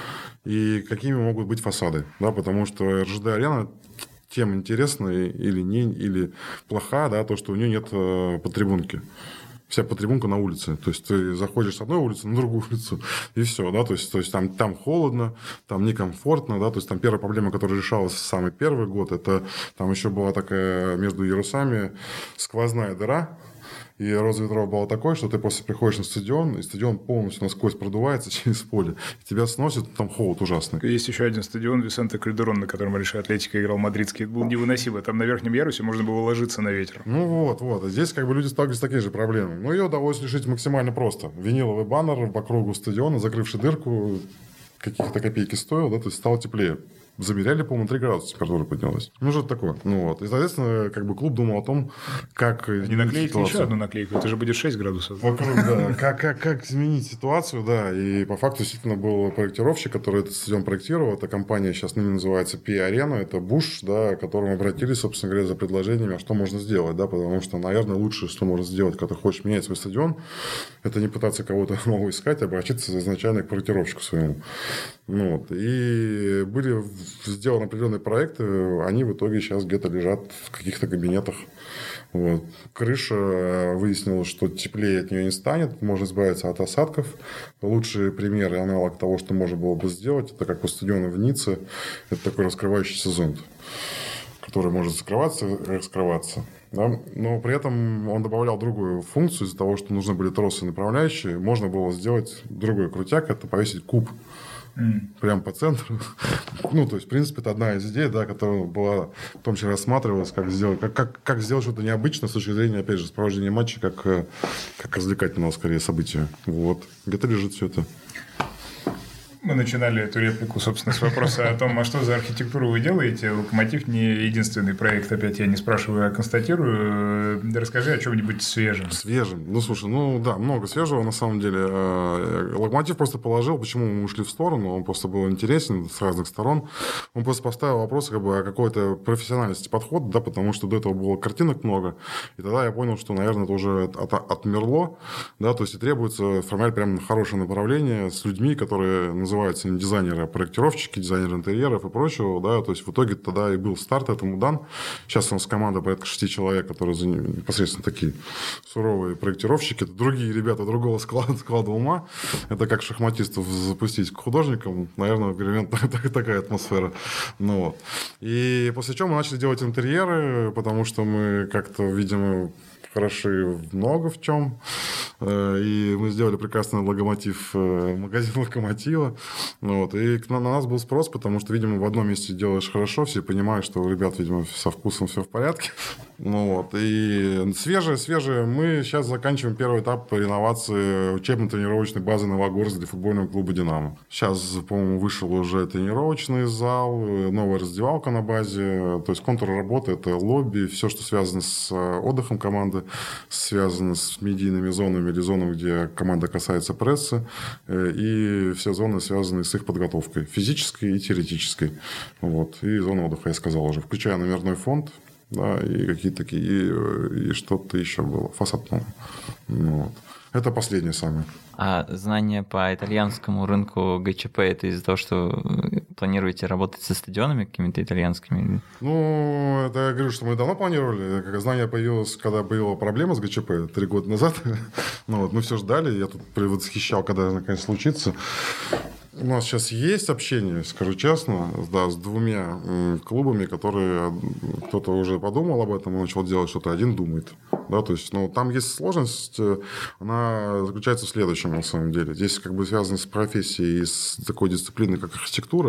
и какими могут быть фасады, да, потому что эр жэ дэ-арена тем интересна или не, или плоха, да, то, что у нее нет э, подтрибунки. Вся подтрибунка на улице. То есть ты заходишь с одной улицы на другую улицу, и все, да, то есть, то есть там, там холодно, там некомфортно, да, то есть там первая проблема, которая решалась в самый первый год, это там еще была такая между ярусами сквозная дыра. И рост ветров было такое, что ты просто приходишь на стадион, и стадион полностью насквозь продувается через поле. И тебя сносит, там холод ужасный. Есть еще один стадион Висенте Кальдерон, на котором раньше Атлетико играл мадридский. Это было невыносимо. Там на верхнем ярусе можно было ложиться на ветер. Ну вот, вот. А здесь как бы люди сталкиваются с такими же проблемами. Но ее удалось решить максимально просто. Виниловый баннер по кругу стадиона, закрывший дырку, каких-то копейки стоил, да, то есть стало теплее. Замеряли, по-моему, три градуса температура поднялась. Ну, что-то такое. Ну, вот. И, соответственно, как бы клуб думал о том, как не наклеить еще одну наклейку, это же будет шесть градусов. Вокруг, да. Как, как, как изменить ситуацию, да. И по факту действительно был проектировщик, который этот стадион проектировал. Эта компания сейчас ныне называется P-Arena. Это Буш, да, к которому обратились, собственно говоря, за предложениями, а что можно сделать, да, потому что, наверное, лучшее, что можно сделать, когда ты хочешь менять свой стадион, это не пытаться кого-то нового искать, а обратиться изначально к проектировщику своему. Ну, вот. И были сделаны определенные проекты, они в итоге сейчас где-то лежат в каких-то кабинетах. Вот. Крыша, выяснилось, что теплее от нее не станет, можно избавиться от осадков. Лучший пример и аналог того, что можно было бы сделать, это как у стадиона в Ницце, это такой раскрывающийся зонт, который может закрываться и раскрываться. Да? Но при этом он добавлял другую функцию. Из-за того, что нужны были тросы направляющие, можно было сделать другой крутяк, это повесить куб. Mm. Прямо по центру. Ну, то есть, в принципе, это одна из идей, да, которая была в том числе рассматривалась, как сделать, как, как, как сделать что-то необычное с точки зрения, опять же, сопровождения матча, как, как развлекательного, скорее, события. Вот. Где-то лежит все это. Мы начинали эту реплику, собственно, с вопроса о том, а что за архитектуру вы делаете. «Локомотив» не единственный проект, опять я не спрашиваю, а констатирую. Расскажи о чем-нибудь свежем. Свежем? Ну, слушай, ну да, много свежего на самом деле. «Локомотив» просто положил, почему мы ушли в сторону, он просто был интересен с разных сторон. Он просто поставил вопрос как бы, о какой-то профессиональности подхода, да, потому что до этого было картинок много. И тогда я понял, что, наверное, это уже от, от, отмерло, да, то есть и требуется формировать прям хорошее направление с людьми, которые называются называются не дизайнеры, а проектировщики, дизайнеры интерьеров и прочего, да, то есть в итоге тогда и был старт этому дан. Сейчас у нас команда порядка шести человек, которые непосредственно такие суровые проектировщики, это другие ребята другого склада, склада ума, это как шахматистов запустить к художникам, наверное, примерно такая атмосфера. Ну, вот. И после чего мы начали делать интерьеры, потому что мы как-то, видимо, хороши много в чем. И мы сделали прекрасный логомотив магазина «Локомотива». Вот. И на нас был спрос, потому что, видимо, в одном месте делаешь хорошо, все понимают, что у ребят, видимо, со вкусом все в порядке. Ну, вот. И свежее, свежее. Мы сейчас заканчиваем первый этап реновации учебно-тренировочной базы Новогорск для футбольного клуба «Динамо». Сейчас, по-моему, вышел уже тренировочный зал, новая раздевалка на базе. То есть контур работы – это лобби, все, что связано с отдыхом команды, связано с медийными зонами или зонами, где команда касается прессы, и все зоны, связанные с их подготовкой, физической и теоретической. Вот. И зона отдыха, я сказал уже, включая номерной фонд, да, и какие-то такие, и, и что-то еще было. Фасад, по-моему. Вот. Это последнее самое. А знания по итальянскому рынку гэ че пэ это из-за того, что планируете работать со стадионами какими-то итальянскими? Ну, это я говорю, что мы давно планировали. Как знание появилось, когда была проблема с гэ че пэ три года назад. Ну, вот, мы все ждали. Я тут предвосхищал, когда наконец случится. У нас сейчас есть общение, скажу честно, да, с двумя клубами, которые кто-то уже подумал об этом и начал делать что-то, один думает. Да, то есть, ну, там есть сложность, она заключается в следующем, на самом деле. Здесь как бы связано с профессией и с такой дисциплиной, как архитектура.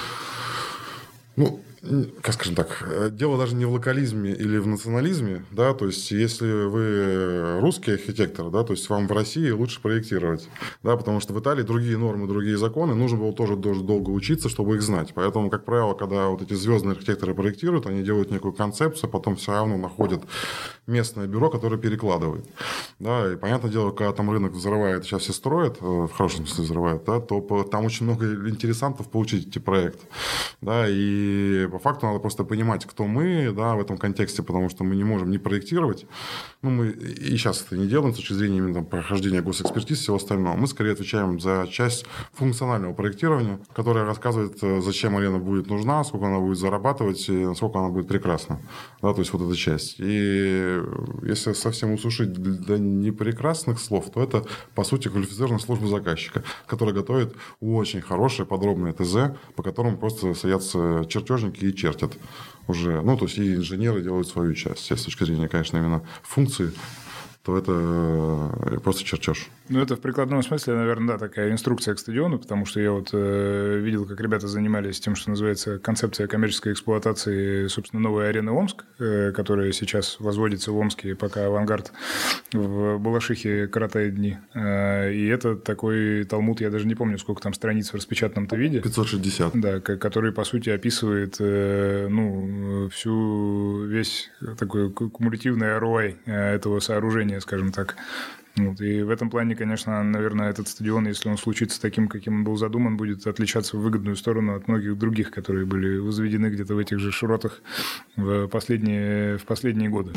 Ну, как скажем так, дело даже не в локализме или в национализме, да, то есть если вы русский архитектор, да, то есть вам в России лучше проектировать, да, потому что в Италии другие нормы, другие законы, нужно было тоже долго учиться, чтобы их знать, поэтому, как правило, когда вот эти звездные архитекторы проектируют, они делают некую концепцию, потом все равно находят местное бюро, которое перекладывает, да, и понятное дело, когда там рынок взрывает, сейчас все строят, в хорошем смысле взрывают, да, то там очень много интересантов получить эти проекты, да, и по факту надо просто понимать, кто мы, да, в этом контексте, потому что мы не можем не проектировать. Ну, мы и сейчас это не делаем с точки зрения именно там, прохождения госэкспертиз и всего остального. Мы скорее отвечаем за часть функционального проектирования, которая рассказывает, зачем арена будет нужна, сколько она будет зарабатывать и насколько она будет прекрасна. Да, то есть вот эта часть. И если совсем усушить до непрекрасных слов, то это, по сути, квалифицированная служба заказчика, которая готовит очень хорошее подробное ТЗ, по которому просто садятся чертежники и чертят уже. Ну, то есть, и инженеры делают свою часть. С точки зрения, конечно, именно функции, то это просто чертеж. Ну, это в прикладном смысле, наверное, да, такая инструкция к стадиону, потому что я вот э, видел, как ребята занимались тем, что называется концепция коммерческой эксплуатации, собственно, новой арены Омск, э, которая сейчас возводится в Омске, пока «Авангард» в Балашихе коротает дни. Э, и это такой талмуд, я даже не помню, сколько там страниц в распечатанном-то виде. пятьсот шестьдесят. Да, который, по сути, описывает э, ну, всю, весь такой кумулятивный эр о ай этого сооружения, скажем так. Вот. И в этом плане, конечно, наверное, этот стадион, если он случится таким, каким он был задуман, будет отличаться в выгодную сторону от многих других, которые были возведены где-то в этих же широтах в последние, в последние годы.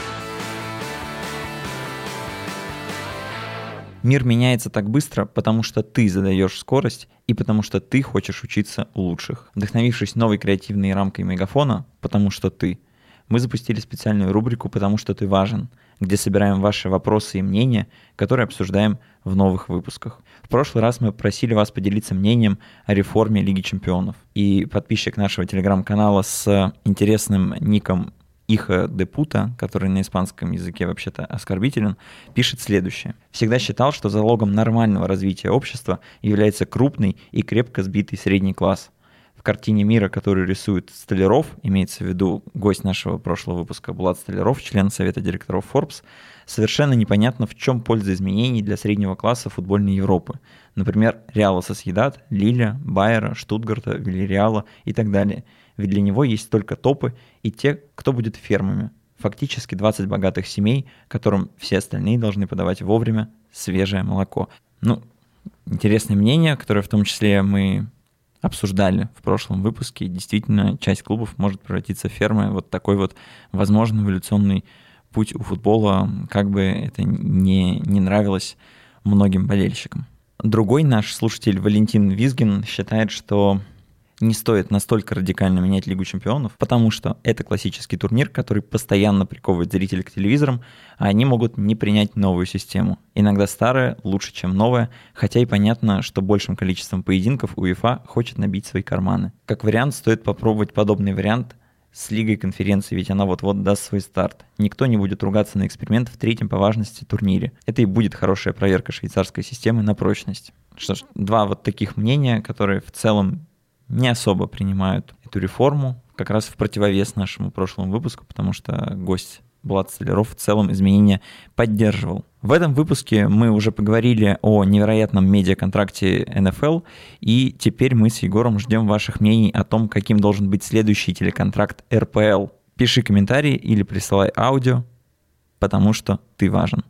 Мир меняется так быстро, потому что ты задаешь скорость и потому что ты хочешь учиться у лучших. Вдохновившись новой креативной рамкой Мегафона, потому что ты, мы запустили специальную рубрику «Потому что ты важен», где собираем ваши вопросы и мнения, которые обсуждаем в новых выпусках. В прошлый раз мы просили вас поделиться мнением о реформе Лиги Чемпионов. И подписчик нашего телеграм-канала с интересным ником Иха Депута, который на испанском языке вообще-то оскорбителен, пишет следующее. «Всегда считал, что залогом нормального развития общества является крупный и крепко сбитый средний класс. В картине мира, которую рисует Столяров, имеется в виду гость нашего прошлого выпуска Булат Столяров, член Совета директоров Forbes, совершенно непонятно, в чем польза изменений для среднего класса футбольной Европы. Например, Реала Сосьедад, Лиля, Байера, Штутгарта, Вильяреала и так далее. Ведь для него есть только топы и те, кто будет фермами. Фактически двадцать богатых семей, которым все остальные должны подавать вовремя свежее молоко». Ну, интересное мнение, которое в том числе мы обсуждали в прошлом выпуске. Действительно, часть клубов может превратиться в фермы. Вот такой вот, возможно, эволюционный путь у футбола, как бы это не, не нравилось многим болельщикам. Другой наш слушатель Валентин Визгин считает, что не стоит настолько радикально менять Лигу Чемпионов, потому что это классический турнир, который постоянно приковывает зрителей к телевизорам, а они могут не принять новую систему. Иногда старая лучше, чем новая, хотя и понятно, что большим количеством поединков УЕФА хочет набить свои карманы. Как вариант, стоит попробовать подобный вариант с Лигой конференций, ведь она вот-вот даст свой старт. Никто не будет ругаться на эксперимент в третьем по важности турнире. Это и будет хорошая проверка швейцарской системы на прочность. Что ж, два вот таких мнения, которые в целом не особо принимают эту реформу, как раз в противовес нашему прошлому выпуску, потому что гость Булат Столяров в целом изменения поддерживал. В этом выпуске мы уже поговорили о невероятном медиаконтракте эн эф эл, и теперь мы с Егором ждем ваших мнений о том, каким должен быть следующий телеконтракт эр пэ эл. Пиши комментарии или присылай аудио, потому что ты важен.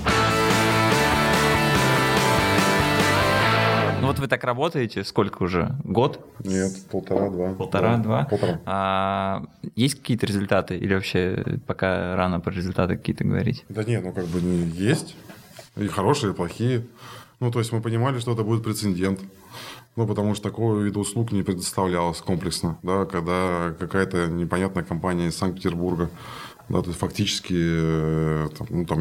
Ну вот вы так работаете, сколько уже? Год? Нет, полтора-два. Полтора-два? Полтора. А, есть какие-то результаты? Или вообще пока рано про результаты какие-то говорить? Да нет, ну как бы есть. И хорошие, и плохие. Ну то есть мы понимали, что это будет прецедент. Ну потому что такого вида услуг не предоставлялось комплексно. Да, когда какая-то непонятная компания из Санкт-Петербурга, да, то есть фактически, ну там...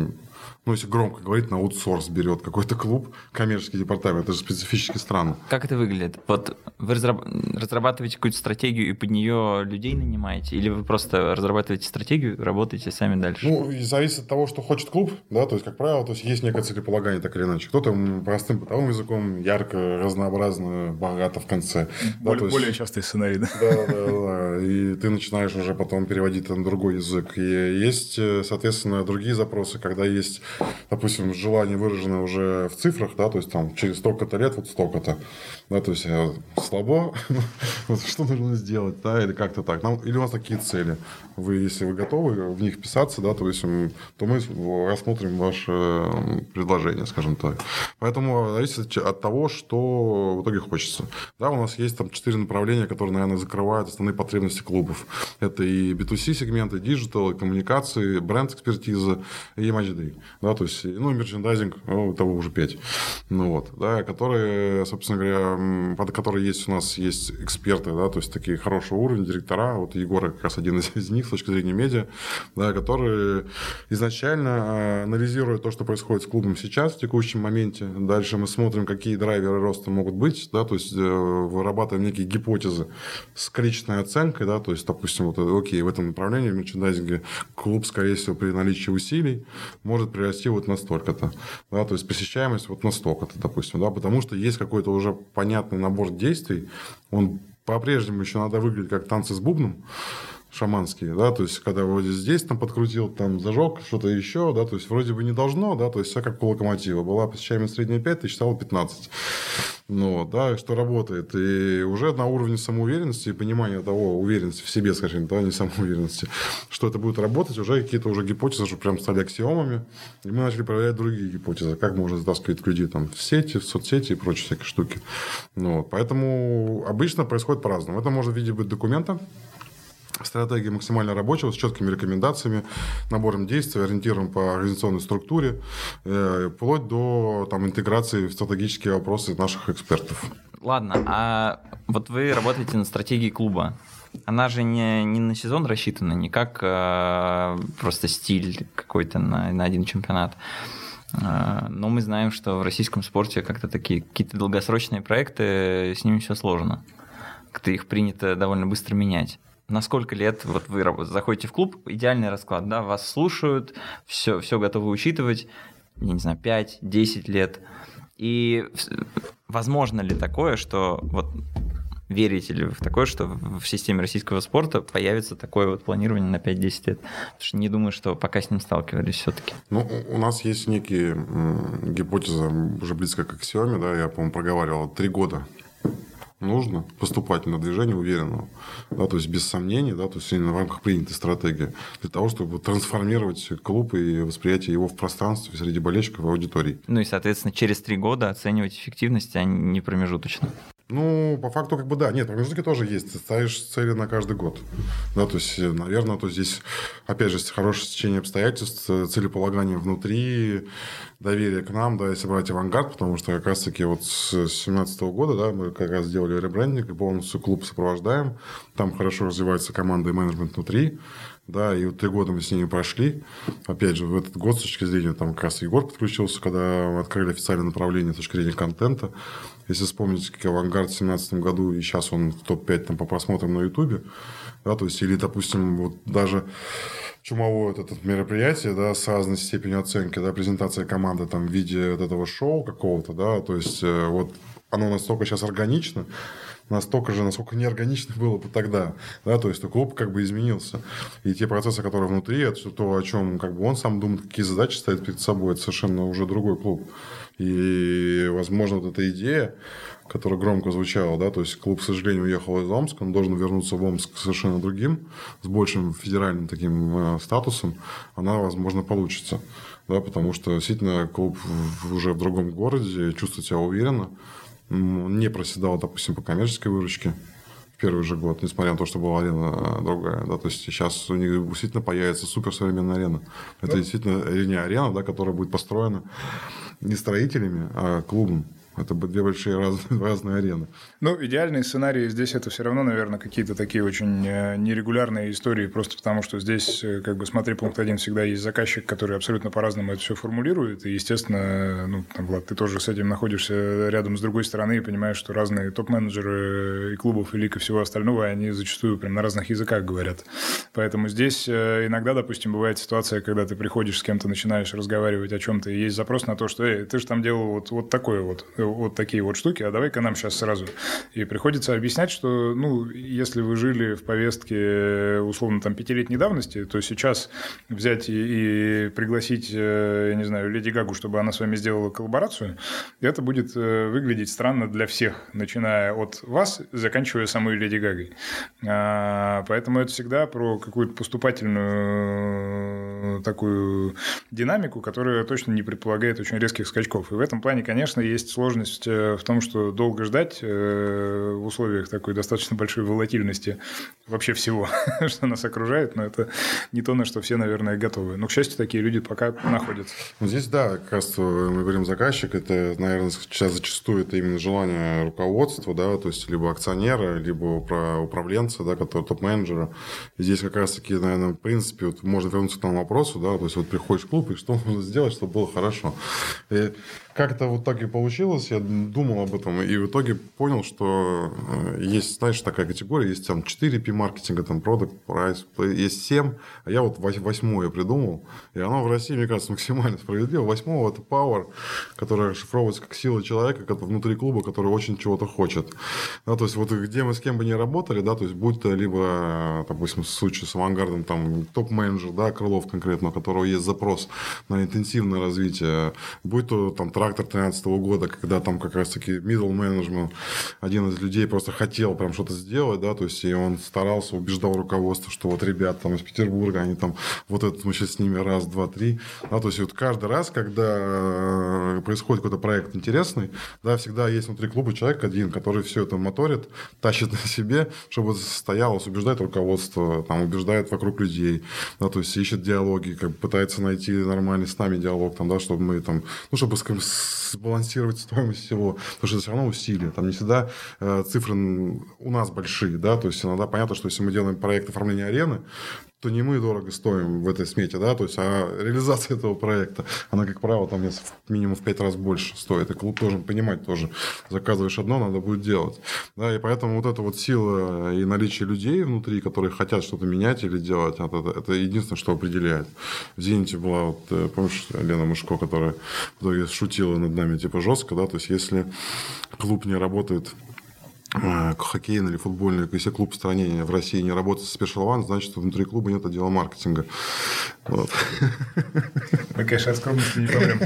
Ну, если громко говорить, на аутсорс берет какой-то клуб, коммерческий департамент, это же специфически странно. Как это выглядит? Вот вы разрабатываете какую-то стратегию и под нее людей нанимаете? Или вы просто разрабатываете стратегию, работаете сами дальше? Ну, зависит от того, что хочет клуб, да, то есть, как правило, то есть, есть некое целеполагание, так или иначе. Кто-то простым бытовым языком, ярко, разнообразно, богато в конце. Более, да, есть, более частый сценарий, да? Да, да, да. И ты начинаешь уже потом переводить на другой язык. И есть, соответственно, другие запросы, когда есть, допустим, желание выражено уже в цифрах, да, то есть там через столько-то лет вот столько-то, да, то есть слабо, вот, что нужно сделать, да, или как-то так. Нам, или у нас такие цели. Вы, если вы готовы в них писаться, да, то, есть, то мы рассмотрим ваше предложение, скажем так. Поэтому зависит от того, что в итоге хочется. Да, у нас есть там четыре направления, которые, наверное, закрывают основные потребности клубов. Это и би ту си сегменты, диджитал, и коммуникации, бренд-экспертиза и матч-дэй. Да, то есть, ну, и мерчендайзинг, ну, того уже пять. Ну, вот, да, которые, собственно говоря, под которые есть у нас есть эксперты, да, то есть, такие хорошего уровня, директора, вот Егор как раз один из, из них с точки зрения медиа, да, которые изначально анализируют то, что происходит с клубом сейчас, в текущем моменте. Дальше мы смотрим, какие драйверы роста могут быть, да, то есть, вырабатываем некие гипотезы с количественной оценкой, да, то есть, допустим, вот, окей, в этом направлении, в мерчендайзинге, клуб, скорее всего, при наличии усилий может прирасти вот настолько-то, да, то есть, посещаемость вот настолько-то, допустим, да, потому что есть какой-то уже понятный набор действий, он по-прежнему еще надо выглядеть как танцы с бубном, шаманские, да, то есть, когда вроде здесь там подкрутил, там зажег, что-то еще, да, то есть, вроде бы не должно, да, то есть, все как у локомотива. Была посещаемость средняя пять тысяч, стало пятнадцать. Ну, да, что работает. И уже на уровне самоуверенности и понимания того, уверенности в себе, скажем, да, не самоуверенности, что это будет работать, уже какие-то уже гипотезы уже прям стали аксиомами. И мы начали проверять другие гипотезы, как можно затаскивать людей там в сети, в соцсети и прочие всякие штуки. Ну, поэтому обычно происходит по-разному. Это может в виде быть документа, стратегия максимально рабочего, с четкими рекомендациями, набором действий, ориентиром по организационной структуре, э, вплоть до там, интеграции в стратегические вопросы наших экспертов. Ладно, а вот вы работаете над стратегией клуба. Она же не, не на сезон рассчитана, не как э, просто стиль какой-то на, на один чемпионат. Э, но мы знаем, что в российском спорте как-то такие какие-то долгосрочные проекты, с ними все сложно. Как-то их принято довольно быстро менять. На сколько лет вот вы заходите в клуб, идеальный расклад, да, вас слушают, все, все готовы учитывать, я не знаю, пять-десять лет. И возможно ли такое, что вот верите ли вы в такое, что в системе российского спорта появится такое вот планирование на пять-десять лет? Потому что не думаю, что пока с ним сталкивались все-таки. Ну, у нас есть некие гипотезы, уже близко к аксиоме, да, я, по-моему, проговаривал, три года. Нужно поступательное движение уверенного, да, то есть без сомнений, да, то есть в рамках принятой стратегии, для того, чтобы трансформировать клуб и восприятие его в пространстве среди болельщиков и аудитории. Ну и, соответственно, через три года оценивать эффективность, а не промежуточно. Ну, по факту, как бы, да. Нет, промежутки тоже есть. Ты ставишь цели на каждый год. Да, то есть, наверное, то здесь, опять же, хорошее стечение обстоятельств, целеполагание внутри, доверие к нам, да, если брать «Авангард», потому что как раз-таки вот с две тысячи семнадцатого года, да, мы как раз сделали ребрендинг и полностью клуб сопровождаем. Там хорошо развивается команда и менеджмент внутри. Да, и вот три года мы с ними прошли. Опять же, в этот год, с точки зрения, там как раз Егор подключился, когда мы открыли официальное направление с точки зрения контента. Если вспомнить, как «Авангард» в две тысячи семнадцатом году, и сейчас он в топ пять там, по просмотрам на Ютубе, да, то есть, или, допустим, вот даже чумовое вот это мероприятие, да, с разной степенью оценки, да, презентация команды там в виде вот этого шоу какого-то, да, то есть, вот оно настолько сейчас органично, настолько же, насколько неорганично было бы тогда, да, то есть, клуб как бы изменился. И те процессы, которые внутри, это то, о чем как бы он сам думает, какие задачи ставит перед собой, это совершенно уже другой клуб. И, возможно, вот эта идея, которая громко звучала, да, то есть, клуб, к сожалению, уехал из Омска, он должен вернуться в Омск совершенно другим, с большим федеральным таким э, статусом, она, возможно, получится, да, потому что, действительно, клуб уже в другом городе, чувствует себя уверенно, он не проседал, допустим, по коммерческой выручке в первый же год, несмотря на то, что была арена другая. Да, то есть сейчас у них действительно появится суперсовременная арена. Это да. действительно не арена, да, которая будет построена не строителями, а клубом. Это бы две большие разные, разные арены. Ну, идеальный сценарий здесь это все равно, наверное, какие-то такие очень нерегулярные истории, просто потому что здесь, как бы, смотри, пункт один, всегда есть заказчик, который абсолютно по-разному это все формулирует, и, естественно, ну, там, Влад, ты тоже с этим находишься рядом с другой стороны и понимаешь, что разные топ-менеджеры и клубов, и лиг, и всего остального, они зачастую прям на разных языках говорят. Поэтому здесь иногда, допустим, бывает ситуация, когда ты приходишь с кем-то, начинаешь разговаривать о чем-то, и есть запрос на то, что «Эй, ты же там делал вот, вот такое вот, вот такие вот штуки, а давай-ка нам сейчас сразу». И приходится объяснять, что, ну, если вы жили в повестке, условно, там, пятилетней давности, то сейчас взять и, и пригласить, я не знаю, Леди Гагу, чтобы она с вами сделала коллаборацию, это будет выглядеть странно для всех, начиная от вас, заканчивая самой Леди Гагой. А, поэтому это всегда про какую-то поступательную такую динамику, которая точно не предполагает очень резких скачков. И в этом плане, конечно, есть сложность в том, что долго ждать в условиях такой достаточно большой волатильности вообще всего, что нас окружает, но это не то, на что все, наверное, готовы. Но, к счастью, такие люди пока находятся. Ну, здесь, да, как раз мы говорим заказчик, это, наверное, сейчас зачастую это именно желание руководства, да, то есть либо акционера, либо управленца, да, который топ-менеджера. И здесь как раз-таки, наверное, в принципе, вот можно вернуться к тому вопросу, да, то есть вот приходишь в клуб, и что нужно сделать, чтобы было хорошо. И как-то вот так и получилось, я думал об этом, и в итоге понял, что есть, знаешь, такая категория, есть там четыре пи маркетинга, там Product, Price, есть семь, а я вот восьмое придумал, и оно в России, мне кажется, максимально справедливо. Восьмого – это Power, которая расшифровывается как сила человека, который внутри клуба, который очень чего-то хочет. Да, то есть вот где мы с кем бы ни работали, да, то есть будь то либо, допустим, в случае с Авангардом, там топ-менеджер, да, Крылов конкретно, у которого есть запрос на интенсивное развитие, будь то там трактор две тысячи тринадцатого года, когда там как раз-таки middle management, один из людей просто хотел прям что-то сделать, да, то есть и он старался, убеждал руководство, что вот ребята там из Петербурга, они там, вот этот мы сейчас с ними раз, два, три, да, то есть вот каждый раз, когда происходит какой-то проект интересный, да, всегда есть внутри клуба человек один, который все это моторит, тащит на себе, чтобы это состоялось, убеждает руководство, там, убеждает вокруг людей, да, то есть ищет диалоги, как бы пытается найти нормальный с нами диалог, там, да, чтобы мы там, ну, чтобы сбалансировать стоимость всего, потому что это все равно усилия. Там не всегда э, цифры у нас большие, да, то есть иногда понятно, что если мы делаем проект оформления арены, то не мы дорого стоим в этой смете, да, то есть а реализация этого проекта, она, как правило, там минимум в пять раз больше стоит, и клуб должен понимать тоже, заказываешь одно, надо будет делать, да, и поэтому вот эта вот сила и наличие людей внутри, которые хотят что-то менять или делать, это, это единственное, что определяет. В «Зените» была, вот, помнишь, Лена Мышко, которая в итоге шутила над нами, типа, жестко, да, то есть если клуб не работает, хоккейный или футбольный, если клуб в стране в России не работает с Special One, значит, внутри клуба нет отдела маркетинга. Вот. Мы, конечно, от скромности не помрем.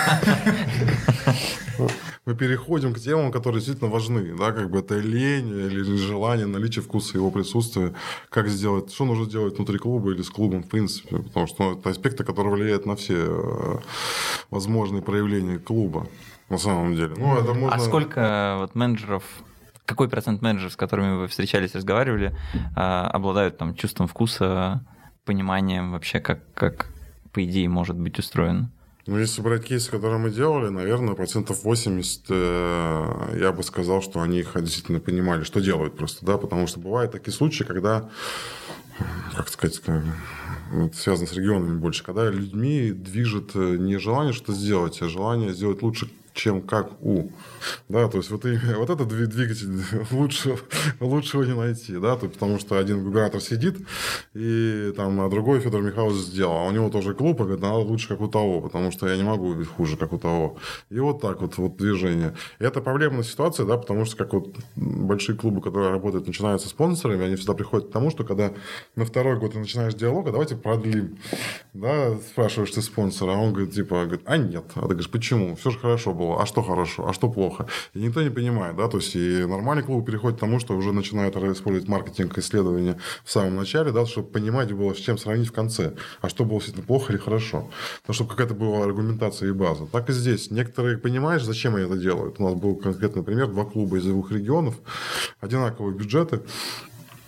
Мы переходим к темам, которые действительно важны. Да, как бы это лень или желание, наличие вкуса, его присутствия. Как сделать, что нужно делать внутри клуба или с клубом, в принципе. Потому что ну, это аспекты, которые влияют на все возможные проявления клуба на самом деле. Ну, это можно... А сколько вот менеджеров... Какой процент менеджеров, с которыми вы встречались, разговаривали, обладают там чувством вкуса, пониманием вообще, как, как по идее может быть устроено? Ну, если брать кейсы, которые мы делали, наверное, процентов восемьдесят, я бы сказал, что они их действительно понимали, что делают просто, да, потому что бывают такие случаи, когда, как сказать, это связано с регионами больше, когда людьми движет не желание что-то сделать, а желание сделать лучше, чем как у. Да, то есть вот, и, вот этот двигатель лучше, лучшего не найти, да, то, потому что один губернатор сидит, и там, а другой Федор Михайлович сделал, а у него тоже клуб, и говорит, надо лучше, как у того, потому что я не могу быть хуже, как у того. И вот так вот, вот движение. И это проблемная ситуация, да, потому что как вот большие клубы, которые работают, начинаются спонсорами, они всегда приходят к тому, что когда на второй год ты начинаешь диалог, а давайте продлим, да, спрашиваешь ты спонсора, а он говорит, типа, говорит, а нет, а ты говоришь, почему? Все же хорошо было. А что хорошо, а что плохо? И никто не понимает, да, то есть и нормальный клуб переходит к тому, что уже начинают использовать маркетинг, исследования в самом начале, да, чтобы понимать было, с чем сравнить в конце, а что было действительно плохо или хорошо, но чтобы какая-то была аргументация и база. Так и здесь. Некоторые понимаешь, зачем они это делают. У нас был конкретный пример, два клуба из двух регионов, одинаковые бюджеты.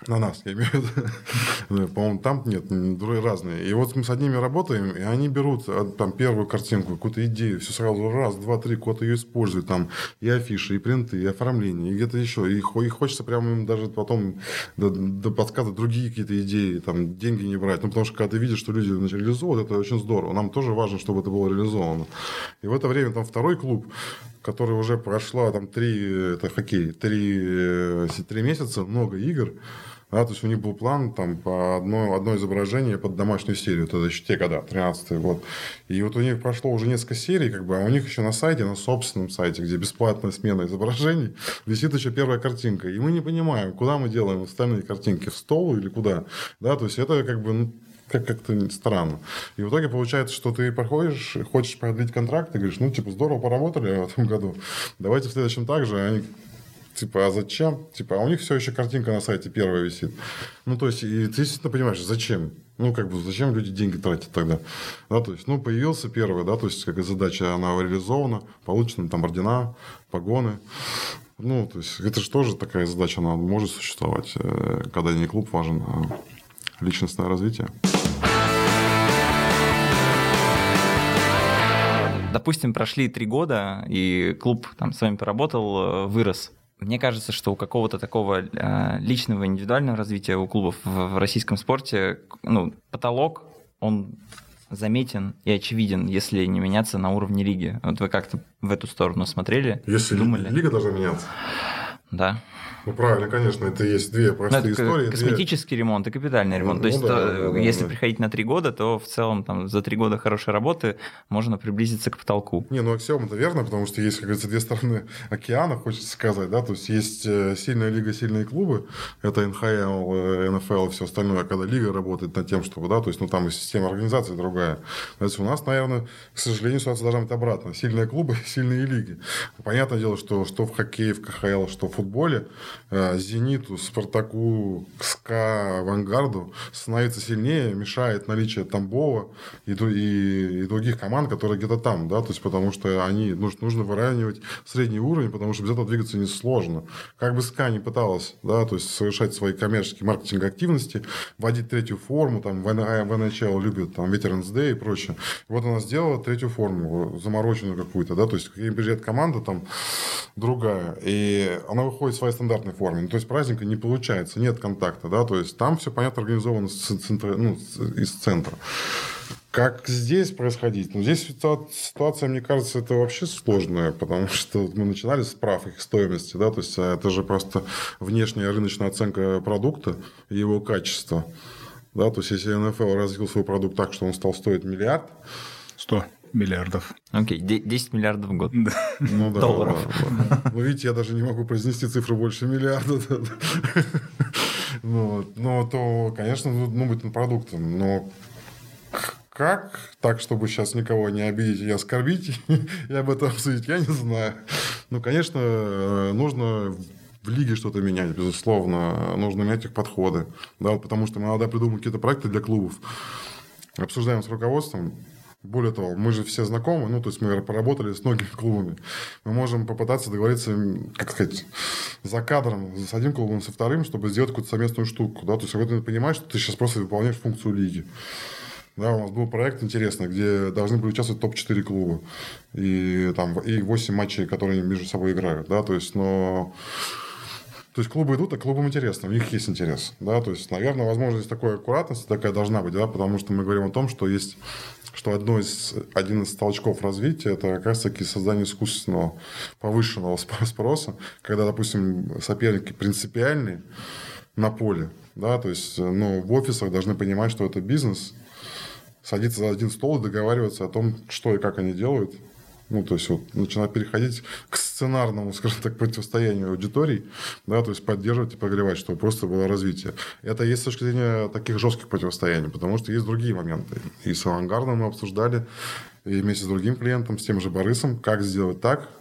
На нас, я имею в виду. По-моему, там нет, другие разные. И вот мы с одними работаем, и они берут там первую картинку, какую-то идею, все сразу раз, два, три, куда-то ее используют, там и афиши, и принты, и оформление, и где-то еще. И, и хочется прямо им даже потом до, до подсказывать другие какие-то идеи, там деньги не брать. Ну, потому что когда ты видишь, что люди значит, реализуют, это очень здорово. Нам тоже важно, чтобы это было реализовано. И в это время там второй клуб, который уже прошла там три, это хоккей, три, три месяца, много игр. Да, то есть у них был план там, по одно, одно изображение под домашнюю серию. Это еще те года, тринадцатый год. И вот у них прошло уже несколько серий, как бы, а у них еще на сайте, на собственном сайте, где бесплатная смена изображений, висит еще первая картинка. И мы не понимаем, куда мы делаем остальные картинки, в стол или куда. Да, то есть это как бы... Ну, как- как-то странно. И в итоге получается, что ты проходишь, хочешь продлить контракт, и говоришь, ну, типа, здорово поработали в этом году, давайте в следующем так же. Они типа, а зачем? Типа, а у них все еще картинка на сайте первая висит. Ну, то есть, и ты действительно понимаешь, зачем? Ну, как бы, зачем люди деньги тратят тогда? Да, то есть, ну, появился первый, да, то есть, как задача, она реализована, получены там ордена, погоны. Ну, то есть, это же тоже такая задача, она может существовать, когда не клуб важен, а личностное развитие. Допустим, прошли три года, и клуб там с вами поработал, вырос. Мне кажется, что у какого-то такого э, личного, индивидуального развития у клубов в, в российском спорте, ну, потолок, он заметен и очевиден, если не меняться на уровне лиги. Вот вы как-то в эту сторону смотрели? Если думали? Лига должна меняться? Да. Ну, правильно, конечно, это есть две простые ну, это истории. Косметический две... ремонт и капитальный ремонт. Ну, то есть, да, то, да, если да. приходить на три года, то в целом там, за три года хорошей работы можно приблизиться к потолку. Не, ну аксиома-то верно, потому что есть, как говорится, две стороны океана, хочется сказать, да, то есть есть сильная лига, сильные клубы, это эн ха эл, эн эф эл и все остальное, когда лига работает над тем, чтобы, да, то есть, ну там и система организации другая. То есть у нас, наверное, к сожалению, ситуация должна быть обратно. Сильные клубы, сильные лиги. Понятное дело, что что в хоккее, в ка ха эл, что в футболе, «Зениту», «Спартаку», «СКА», «Авангарду» становится сильнее, мешает наличие Тамбова и, и, и других команд, которые где-то там, да, то есть потому что они нужно, нужно выравнивать средний уровень, потому что без этого двигаться несложно. Как бы СКА не пыталась, да, то есть совершать свои коммерческие маркетинговые активности, вводить третью форму, там в эн эйч эл любят там Veterans Day и прочее. И вот она сделала третью форму, замороченную какую-то, да, то есть какая приезжает команда там другая, и она выходит в своей стандартной форме. Ну, то есть праздника не получается, нет контакта, да, то есть там все понятно организовано с центра, ну, из центра. Как здесь происходить? Ну, здесь ситуация, мне кажется, это вообще сложная, потому что мы начинали с прав их стоимости, да, то есть это же просто внешняя рыночная оценка продукта и его качества, да, то есть если эн эф эл развил свой продукт так, что он стал стоить миллиард, сто миллиардов. Окей, десять миллиардов в год. Ну, да, долларов. Да, да. Вы видите, я даже не могу произнести цифру больше миллиарда. Ну, ну, то, конечно, нужно быть продуктом. Но как так, чтобы сейчас никого не обидеть и оскорбить, и об этом обсудить, я не знаю. Ну, конечно, нужно в лиге что-то менять, безусловно. Нужно менять их подходы. Да, потому что мы иногда придумываем какие-то проекты для клубов. Обсуждаем с руководством. Более того, мы же все знакомы, ну, то есть мы поработали с многими клубами. Мы можем попытаться договориться, как сказать, за кадром с одним клубом, со вторым, чтобы сделать какую-то совместную штуку. Да? То есть ты понимаешь, что ты сейчас просто выполняешь функцию лиги. Да, у нас был проект интересный, где должны были участвовать топ четыре клуба. И, там, и восемь матчей, которые между собой играют. Да? То есть, но... То есть клубы идут, а клубам интересно, у них есть интерес. Да? То есть, наверное, возможно, здесь такая аккуратность такая должна быть, да? Потому что мы говорим о том, что есть... что одно из, один из толчков развития – это как раз-таки создание искусственного повышенного спроса, когда, допустим, соперники принципиальные на поле, да, то есть, ну, в офисах должны понимать, что это бизнес, садиться за один стол и договариваться о том, что и как они делают. Ну, то есть, вот, начинать переходить к сценарному, скажем так, противостоянию аудиторий, да, то есть, поддерживать и прогревать, чтобы просто было развитие. Это есть с точки зрения таких жестких противостояний, потому что есть другие моменты. И с «Авангардом» мы обсуждали, и вместе с другим клиентом, с тем же Борисом, как сделать так,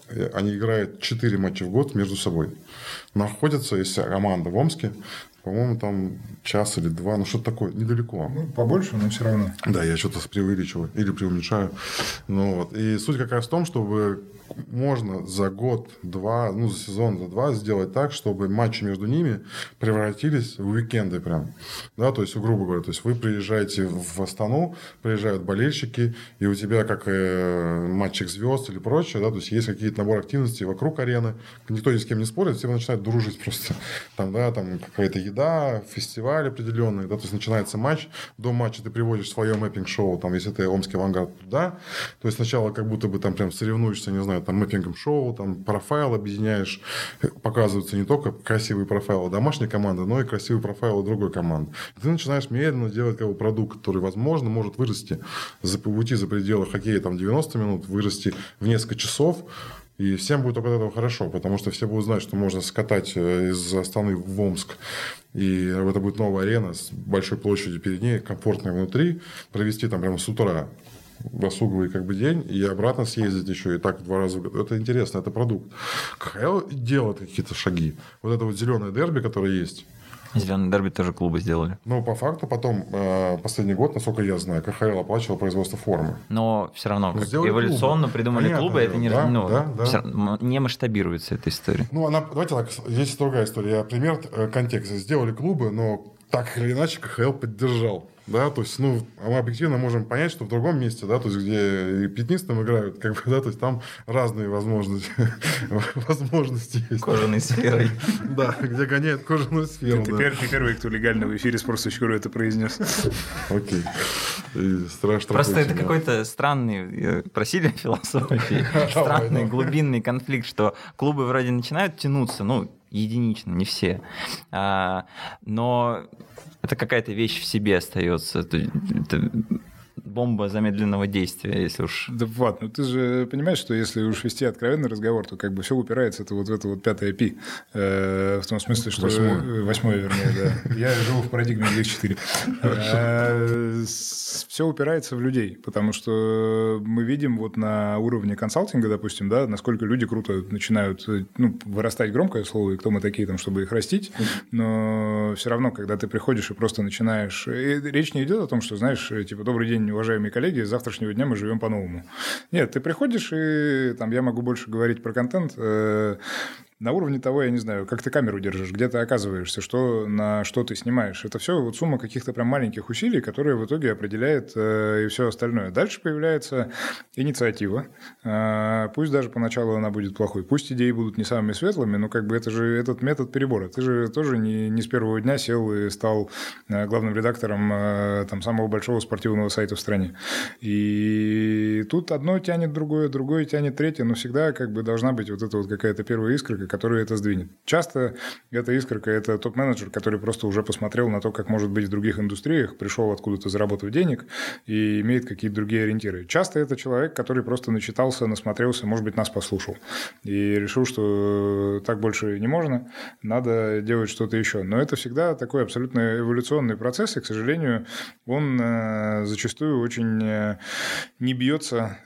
они играют четыре матча в год между собой. Находятся, если команда в Омске, по-моему, там час или два, ну что-то такое, недалеко. Ну, побольше, но все равно. Да, я что-то преувеличиваю или преуменьшаю. Ну, вот. И суть как раз в том, чтобы можно за год-два, ну, за сезон, за два сделать так, чтобы матчи между ними превратились в уикенды прям. Да, то есть, грубо говоря, то есть вы приезжаете в Астану, приезжают болельщики, и у тебя как э, матчик звезд или прочее, да, то есть есть какие-то набор активностей вокруг арены, никто ни с кем не спорит, все начинают дружить просто. Там, да, там какая-то еда, фестиваль определенный, да, то есть начинается матч, до матча ты приводишь свое мэппинг-шоу, там, если ты Омский Авангард, туда, то есть сначала как будто бы там прям соревнуешься, не знаю, там мэппингом шоу, там профайл объединяешь, показываются не только красивые профайлы домашней команды, но и красивые профайлы другой команды. И ты начинаешь медленно делать как бы продукт, который, возможно, может вырасти, за, уйти за пределы хоккея там девяносто минут, вырасти в несколько часов. И всем будет только от этого хорошо, потому что все будут знать, что можно скатать из Астаны в Омск, и это будет новая арена с большой площадью перед ней, комфортной внутри, провести там прямо с утра досуговый как бы день, и обратно съездить еще и так два раза в год. Это интересно, это продукт. КХЛ делает какие-то шаги. Вот это вот зеленое дерби, которое есть. Зеленый дерби тоже клубы сделали. Но по факту потом, последний год, насколько я знаю, КХЛ оплачивал производство формы. Но все равно Но как эволюционно клубы. придумали Понятно, клубы, это не, да, ну, да, да. Все равно не масштабируется эта история. Ну, она, давайте так, есть другая история. Пример, контекст. Сделали клубы, но так или иначе КХЛ поддержал. Да, то есть, ну, мы объективно можем понять, что в другом месте, да, то есть, где и пятнистым играют, как бы, да, то есть, там разные возможности, возможности есть. Кожаной сферой. Да, где гоняют кожаную сферу. Ты первый, кто легально в эфире Sports.ru это произнес. Окей. Страшно. Просто это какой-то странный, просили философии, странный глубинный конфликт, что клубы вроде начинают тянуться, ну, единично, не все, но это какая-то вещь в себе остается. Это, это бомба замедленного действия, если уж... Да, Влад, ну ты же понимаешь, что если уж вести откровенный разговор, то как бы все упирается это вот в это вот пятое пи. Э, в том смысле, что... Восьмое. Восьмое, вернее, да. Я живу в парадигме икс четыре. Все упирается в людей, потому что мы видим вот на уровне консалтинга, допустим, да, насколько люди круто начинают, ну, вырастать громкое слово, и кто мы такие там, чтобы их растить, но все равно, когда ты приходишь и просто начинаешь... И речь не идет о том, что, знаешь, типа, добрый день, уважаемые коллеги, с завтрашнего дня мы живем по-новому. Нет, ты приходишь, и там я могу больше говорить про контент, э, на уровне того, я не знаю, как ты камеру держишь, где ты оказываешься, что, на что ты снимаешь. Это все вот сумма каких-то прям маленьких усилий, которые в итоге определяет э, и все остальное. Дальше появляется инициатива. Э, пусть даже поначалу она будет плохой, пусть идеи будут не самыми светлыми, но как бы это же этот метод перебора. Ты же тоже не, не с первого дня сел и стал э, главным редактором э, там, самого большого спортивного сайта в стране. И тут одно тянет другое, другое тянет третье, но всегда как бы должна быть вот эта вот какая-то первая искра, который это сдвинет. Часто эта искорка – это топ-менеджер, который просто уже посмотрел на то, как может быть в других индустриях, пришел откуда-то заработав денег и имеет какие-то другие ориентиры. Часто это человек, который просто начитался, насмотрелся, может быть, нас послушал и решил, что так больше не можно, надо делать что-то еще. Но это всегда такой абсолютно эволюционный процесс, и, к сожалению, он зачастую очень не бьется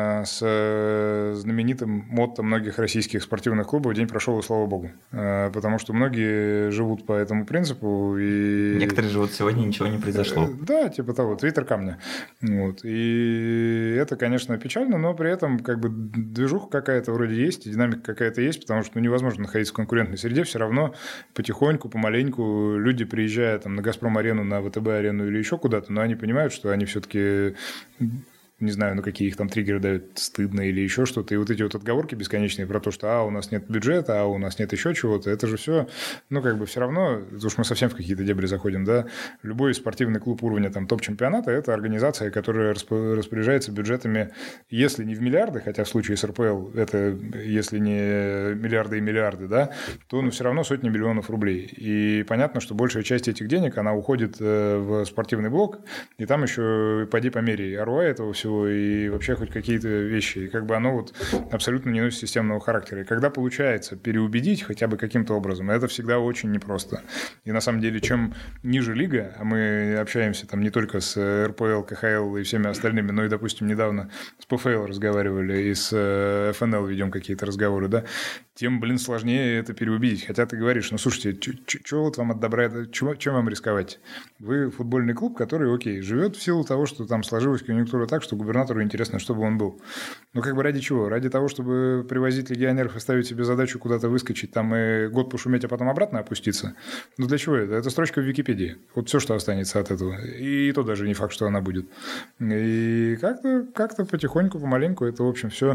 с знаменитым мотто многих российских спортивных клубов «День прошел, и слава богу». Потому что многие живут по этому принципу. И... Некоторые живут сегодня, ничего не произошло. Да, типа того, твиттер камня. Вот. И это, конечно, печально, но при этом как бы движуха какая-то вроде есть, динамика какая-то есть, потому что ну, невозможно находиться в конкурентной среде, все равно потихоньку, помаленьку люди, приезжая там, на «Газпром-арену», на ВТБ-арену или еще куда-то, но они понимают, что они все-таки... не знаю, ну какие их там триггеры дают, стыдно или еще что-то. И вот эти вот отговорки бесконечные про то, что а, у нас нет бюджета, а у нас нет еще чего-то, это же все, ну как бы все равно, уж мы совсем в какие-то дебри заходим, да, любой спортивный клуб уровня там топ-чемпионата – это организация, которая распоряжается бюджетами, если не в миллиарды, хотя в случае с эр пэ эл это если не миллиарды и миллиарды, да, то ну, все равно сотни миллионов рублей. И понятно, что большая часть этих денег, она уходит в спортивный блок, и там еще поди померяй ар о ай этого всего, его и вообще хоть какие-то вещи. И как бы оно вот абсолютно не носит системного характера. И когда получается переубедить хотя бы каким-то образом, это всегда очень непросто. И на самом деле, чем ниже лига, а мы общаемся там не только с эр пэ эл, ка ха эл и всеми остальными, но и, допустим, недавно с пэ эф эл разговаривали и с эф эн эл ведем какие-то разговоры, да, тем, блин, сложнее это переубедить. Хотя ты говоришь, ну, слушайте, что вот вам от добра, чем вам рисковать? Вы футбольный клуб, который, окей, живет в силу того, что там сложилась конъюнктура так, что губернатору интересно, чтобы он был. Ну, как бы ради чего? Ради того, чтобы привозить легионеров и ставить себе задачу куда-то выскочить, там и год пошуметь, а потом обратно опуститься? Ну, для чего это? Это строчка в Википедии. Вот все, что останется от этого. И то даже не факт, что она будет. И как-то, как-то потихоньку, помаленьку это, в общем, все...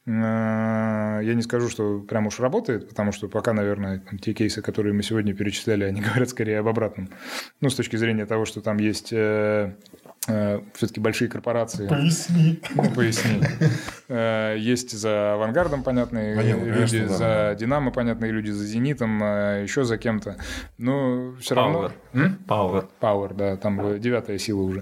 Я не скажу, что прям уж работает, потому что пока, наверное, те кейсы, которые мы сегодня перечисляли, они говорят скорее об обратном. Ну, с точки зрения того, что там есть э, э, все-таки большие корпорации. Поясни. Ну, поясни. Э, есть за «Авангардом» понятные Понятно, люди, конечно, за да. «Динамо» понятные люди, за «Зенитом», э, еще за кем-то. Но все равно... Power. Power, да, там девятая сила уже.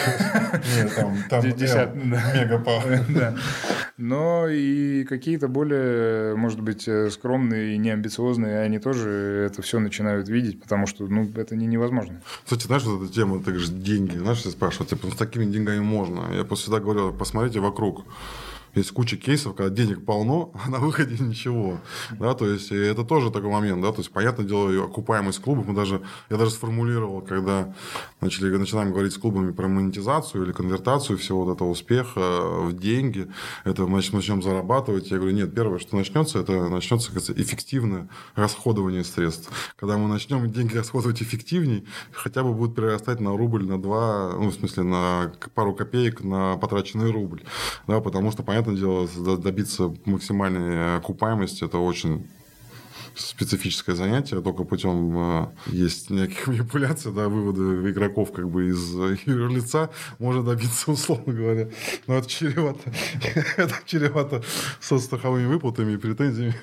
Нет, там мега-пауэр. Да. Но и какие-то более, может быть, скромные и неамбициозные, они тоже это все начинают видеть, потому что, ну, это не невозможно. Кстати, знаешь, вот эта тема, ты говоришь, деньги, знаешь, все спрашивают, типа, с такими деньгами можно. Я просто всегда говорю, посмотрите вокруг. Есть куча кейсов, когда денег полно, а на выходе ничего. Да, то есть, это тоже такой момент. Да, то есть, понятное дело, окупаемость клубов. Мы даже, я даже сформулировал, когда начали, начинаем говорить с клубами про монетизацию или конвертацию всего вот этого успеха в деньги. Это значит, мы начнем зарабатывать. Я говорю, нет, первое, что начнется, это начнется эффективное расходование средств. Когда мы начнем деньги расходовать эффективнее, хотя бы будет перерастать на рубль, на два, ну, в смысле, на пару копеек на потраченный рубль. Да, потому что, понятно, Понятное дело, добиться максимальной окупаемости – это очень специфическое занятие, только путем есть неких манипуляций, да, вывода игроков как бы из юрлица можно добиться, условно говоря. Но это чревато, это чревато со страховыми выплатами и претензиями,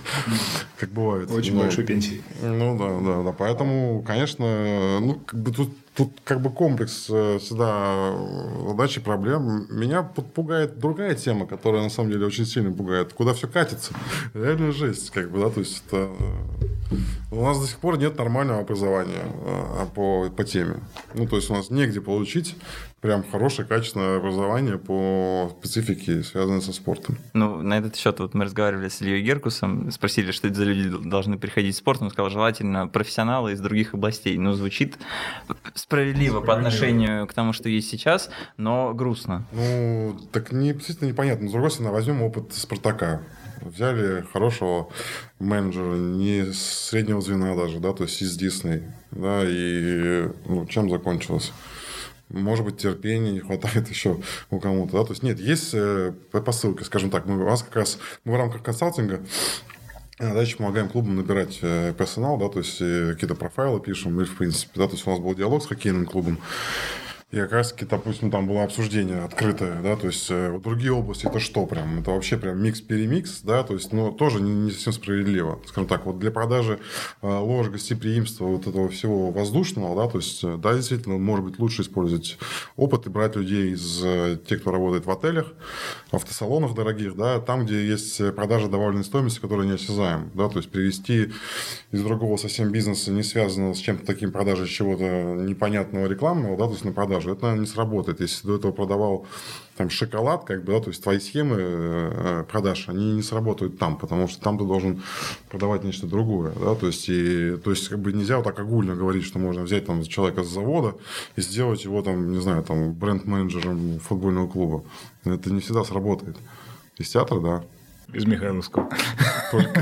как бывает. Очень большой пенсии. Ну да, да, да. Поэтому, конечно, ну, как бы тут Тут как бы комплекс всегда задач и проблем. Меня пугает другая тема, которая на самом деле очень сильно пугает. Куда все катится. Реально жесть. Как бы, да? То есть это... У нас до сих пор нет нормального образования по, по теме. Ну, то есть у нас негде получить прям хорошее, качественное образование по специфике, связанной со спортом. Ну, на этот счет вот мы разговаривали с Ильей Геркусом, спросили, что это за люди должны приходить в спорт. Он сказал, желательно профессионалы из других областей. Ну, звучит справедливо, справедливо по отношению к тому, что есть сейчас, но грустно. Ну, так не, действительно непонятно. С другой стороны, возьмем опыт «Спартака». Взяли хорошего менеджера, не среднего звена даже, да, то есть из Дисней, да, и ну, чем закончилось? Может быть, терпения не хватает еще у кому-то, да, то есть нет, есть посылка, скажем так, мы у вас как раз мы в рамках консалтинга дальше помогаем клубам набирать персонал, да, то есть какие-то профайлы пишем, или в принципе, да, то есть у нас был диалог с хоккейным клубом. И как раз таки, допустим, там было обсуждение открытое, да, то есть э, другие области это что прям? Это вообще прям микс-перемикс, да, то есть, ну, тоже не, не совсем справедливо. Скажем так, вот для продажи э, ложь, гостеприимства, вот этого всего воздушного, да, то есть, э, да, действительно, может быть, лучше использовать опыт и брать людей из э, тех, кто работает в отелях, автосалонах дорогих, да, там, где есть продажа добавленной стоимости, которая неосязаема, да, то есть, привести из другого совсем бизнеса, не связанного с чем-то таким продажей чего-то непонятного рекламного, да, то есть, на продажу, это не сработает. Если до этого продавал там шоколад, как бы, да, то есть твои схемы продаж, они не сработают там, потому что там ты должен продавать нечто другое, да, то есть, и, то есть как бы нельзя вот так огульно говорить, что можно взять там человека с завода и сделать его там, не знаю, там бренд-менеджером футбольного клуба. Это не всегда сработает. Из театра, да. Из Михайловского. Только.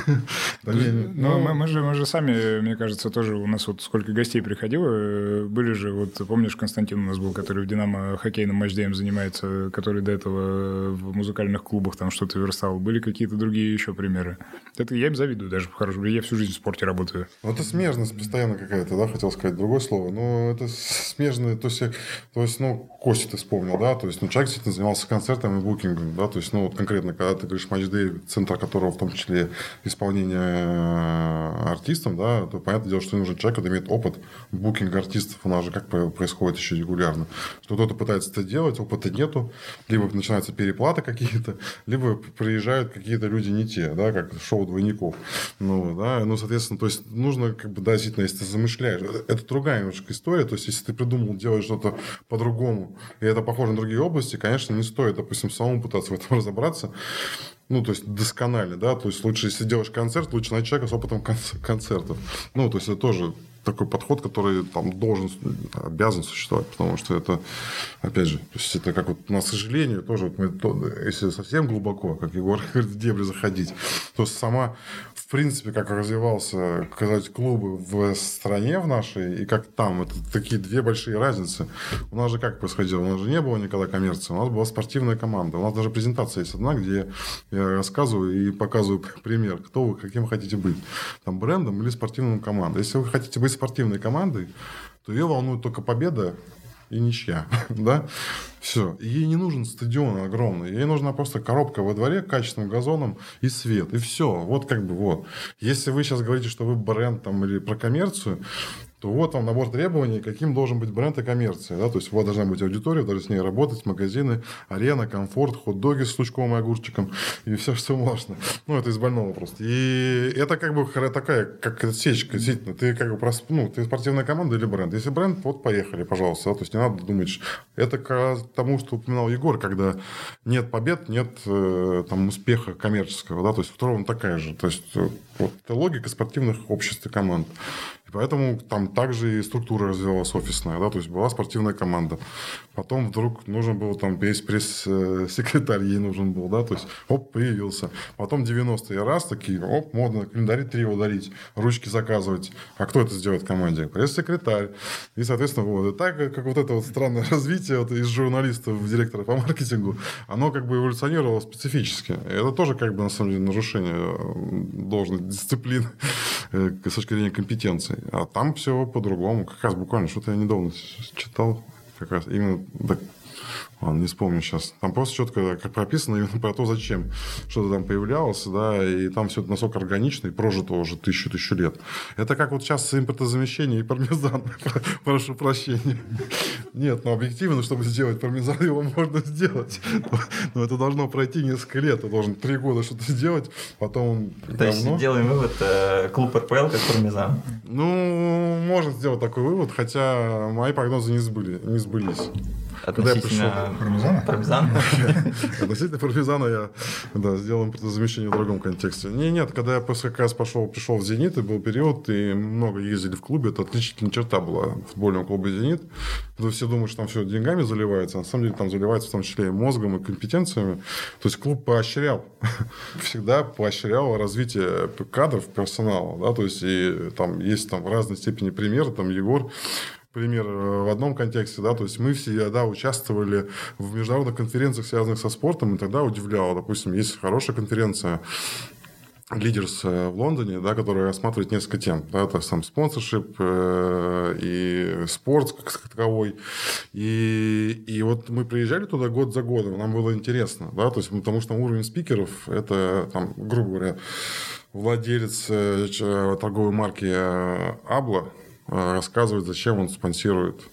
Но мы же, мы же сами, мне кажется, тоже у нас вот сколько гостей приходило, были же, вот помнишь, Константин у нас был, который в «Динамо» хоккейным матчдеем занимается, который до этого в музыкальных клубах там что-то верстал. Были какие-то другие еще примеры. Это я им завидую даже по-хорошему. Я всю жизнь в спорте работаю. Ну, это смежность постоянно какая-то, да, хотел сказать другое слово. Но это смежное, то есть, то есть, ну, Костя ты вспомнил, да, то есть, ну, человек действительно занимался концертами и букингом, да, то есть, ну, вот конкретно, когда ты говоришь матчдей, центр которого в том том числе исполнения артистом, да, то понятное дело, что нужен человек, который имеет опыт букинга артистов. У нас же как происходит еще регулярно. Что кто-то пытается это делать, опыта нету, либо начинаются переплаты какие-то, либо приезжают какие-то люди не те, да, как шоу двойников. Ну, да, ну, соответственно, то есть нужно, как бы, да, действительно, если ты замышляешь, это другая немножко история, то есть если ты придумал делать что-то по-другому, и это похоже на другие области, конечно, не стоит, допустим, самому пытаться в этом разобраться, ну, то есть досконально, да, то есть лучше, если делаешь концерт, лучше найти человека с опытом концертов. Ну, то есть это тоже такой подход, который там должен, обязан существовать, потому что это, опять же, то есть это как вот, на сожалению, тоже, вот мы, то, если совсем глубоко, как Егор говорит, в дебри заходить, то сама, в принципе, как развивался, сказать, клубы в стране в нашей, и как там, это такие две большие разницы. У нас же как происходило? У нас же не было никогда коммерции, у нас была спортивная команда, у нас даже презентация есть одна, где я рассказываю и показываю пример, кто вы, каким хотите быть, там, брендом или спортивной командой. Если вы хотите быть спортивной командой, то ее волнует только победа и ничья, да, все. Ей не нужен стадион огромный, ей нужна просто коробка во дворе, качественным газоном и свет, и все. Вот как бы вот. Если вы сейчас говорите, что вы бренд там или про коммерцию, то вот вам набор требований, каким должен быть бренд и коммерция. Да? То есть у вас должна быть аудитория, должны с ней работать, магазины, арена, комфорт, хот-доги с лучком и огурчиком, и все, что можно. Ну, это из больного просто. И это как бы такая, как сечка, действительно. Ты как бы, ну, ты спортивная команда или бренд? Если бренд, вот поехали, пожалуйста. Да? То есть не надо думать, это к тому, что упоминал Егор, когда нет побед, нет там успеха коммерческого. Да? То есть втором такая же. То есть вот это логика спортивных обществ и команд. Поэтому там также и структура развивалась офисная, да, то есть была спортивная команда. Потом вдруг нужен был там весь пресс-секретарь, ей нужен был, да, то есть оп, появился. Потом девяностые раз такие, оп, модно, календари три ударить, ручки заказывать. А кто это сделает в команде? Пресс-секретарь. И, соответственно, вот. И так, как вот это вот странное развитие вот, из журналистов в директора по маркетингу, оно как бы эволюционировало специфически. И это тоже как бы, на самом деле, нарушение должной дисциплины с точки зрения компетенции. А там все по-другому. Как раз буквально что-то я недавно читал. Как раз именно... Так, ладно, не вспомню сейчас. Там просто четко как прописано именно про то, зачем что-то там появлялось, да, и там все это настолько органично и прожито уже тысячу-тысячу лет. Это как вот сейчас импортозамещение и пармезан. Прошу прощения. Нет, но объективно, чтобы сделать пармезан, его можно сделать. Но это должно пройти несколько лет. Ты должен три года что-то сделать, потом... То есть делаем вывод, клуб эр пэ эл как пармезан. Ну, можно сделать такой вывод, хотя мои прогнозы не сбыли, не сбылись. Относительно пармезана? Пармезана? Относительно пармезана я да, сделал импортозамещение в другом контексте. Не, нет, когда я после как раз пошел, пришел в «Зенит», и был период, и много ездили в клубе, это отличительная черта была в футбольном клубе «Зенит». Когда все думают, что там все деньгами заливается, на самом деле там заливается в том числе и мозгом, и компетенциями. То есть клуб поощрял, всегда поощрял развитие кадров, персонала. Да? То есть и там есть там в разной степени примеры, там Егор, пример в одном контексте, да, то есть мы все, да, участвовали в международных конференциях, связанных со спортом, и тогда удивляло, допустим, есть хорошая конференция Лидерс в Лондоне, да, которая рассматривает несколько тем. Да, это сам спонсоршип э, и спорт как таковой. И, и вот мы приезжали туда год за годом, нам было интересно, да, то есть, потому что уровень спикеров, это, там, грубо говоря, владелец э, торговой марки Абла рассказывает, зачем он спонсирует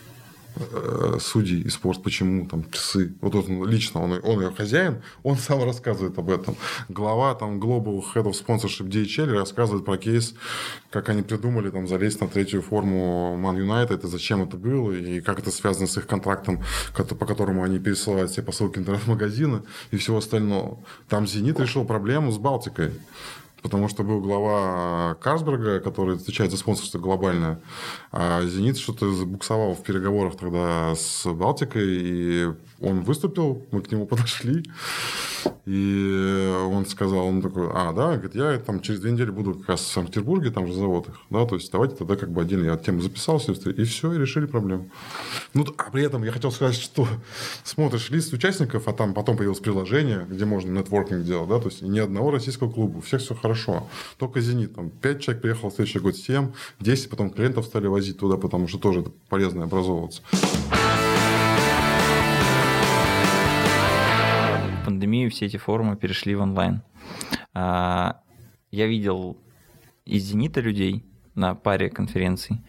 э, судей и спорт, почему там часы. Вот он лично, он, он ее хозяин, он сам рассказывает об этом. Глава там Global Head of Sponsorship ди эйч эл рассказывает про кейс, как они придумали там залезть на третью форму Man United, и зачем это было, и как это связано с их контрактом, по которому они пересылают все посылки интернет-магазина и всего остального. Там «Зенит» решил проблему с Балтикой. Потому что был глава Карсберга, который отвечает за спонсорство глобальное. А «Зенит» что-то забуксовал в переговорах тогда с Балтикой. И он выступил, мы к нему подошли. И он сказал, он такой, а, да, говорит, я там через две недели буду как раз в Санкт-Петербурге, там же завод их. Да, то есть давайте тогда как бы отдельно. Я тему записался, и все, и решили проблему. Ну, а при этом я хотел сказать, что смотришь лист участников, а там потом появилось приложение, где можно нетворкинг делать, да, то есть ни одного российского клуба, у всех все хорошо. Только «Зенит», там пять человек приехало в следующий год, семь, десять, потом клиентов стали возить туда, потому что тоже это полезно образовываться. В пандемию все эти форумы перешли в онлайн. Я видел из «Зенита» людей на паре конференций,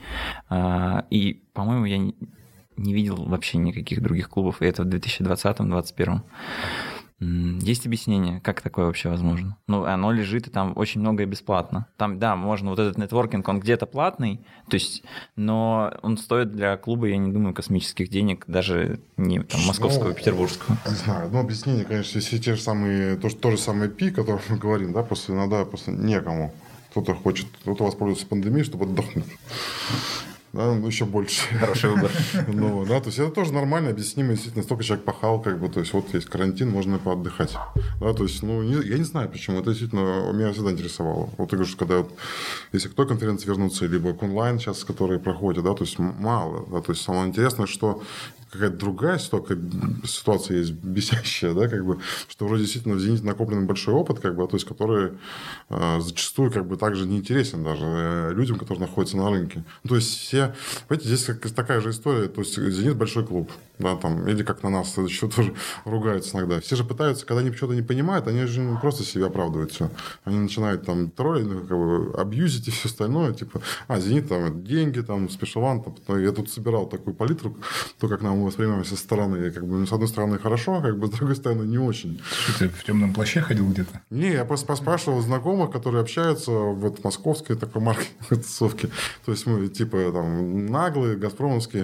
и, по-моему, я не видел вообще никаких других клубов, и это в две тысячи двадцатом — две тысячи двадцать первом. Есть объяснение, как такое вообще возможно? Ну, оно лежит, и там очень многое бесплатно. Там, да, можно, вот этот нетворкинг, он где-то платный, то есть, но он стоит для клуба, я не думаю, космических денег, даже не там, московского, ну, петербургского. Не знаю, ну, объяснение, конечно, если те же самые, то, то же самое пи, о котором мы говорим, да, просто иногда просто некому. Кто-то хочет, кто-то воспользовался пандемией, чтобы отдохнуть. Да, ну, еще больше. Хороший выбор. Ну, да, то есть это тоже нормально, объяснимо, действительно, столько человек пахал, как бы, то есть вот есть карантин, можно поотдыхать. Да, то есть, ну, не, я не знаю, почему, это действительно меня всегда интересовало. Вот я говорю, что когда, вот, если к той конференции вернуться, либо к онлайн сейчас, которые проходят, да, то есть мало, да, то есть самое интересное, что какая-то другая ситуация есть, бесящая, да, как бы, что вроде действительно в «Зените» накоплен большой опыт, как бы, то есть который э, зачастую как бы также неинтересен даже э, людям, которые находятся на рынке. Ну, то есть все, понимаете, здесь такая же история, то есть «Зенит» большой клуб, да, там, или как на нас еще тоже ругаются иногда. Все же пытаются, когда они что-то не понимают, они же не просто себя оправдывают все. Они начинают там троллить, ну, как бы, абьюзить и все остальное, типа, а, «Зенит», там, деньги, там, спешалан, там, я тут собирал такую палитру, то, как нам мы воспринимаемся со стороны, как бы, с одной стороны, хорошо, как бы, с другой стороны, не очень. Что, ты в темном плаще ходил где-то? Не, я просто поспрашивал знакомых, которые общаются в этой московской такой маркетинговой тусовке. То есть мы, типа, там, наглые, газпромовские.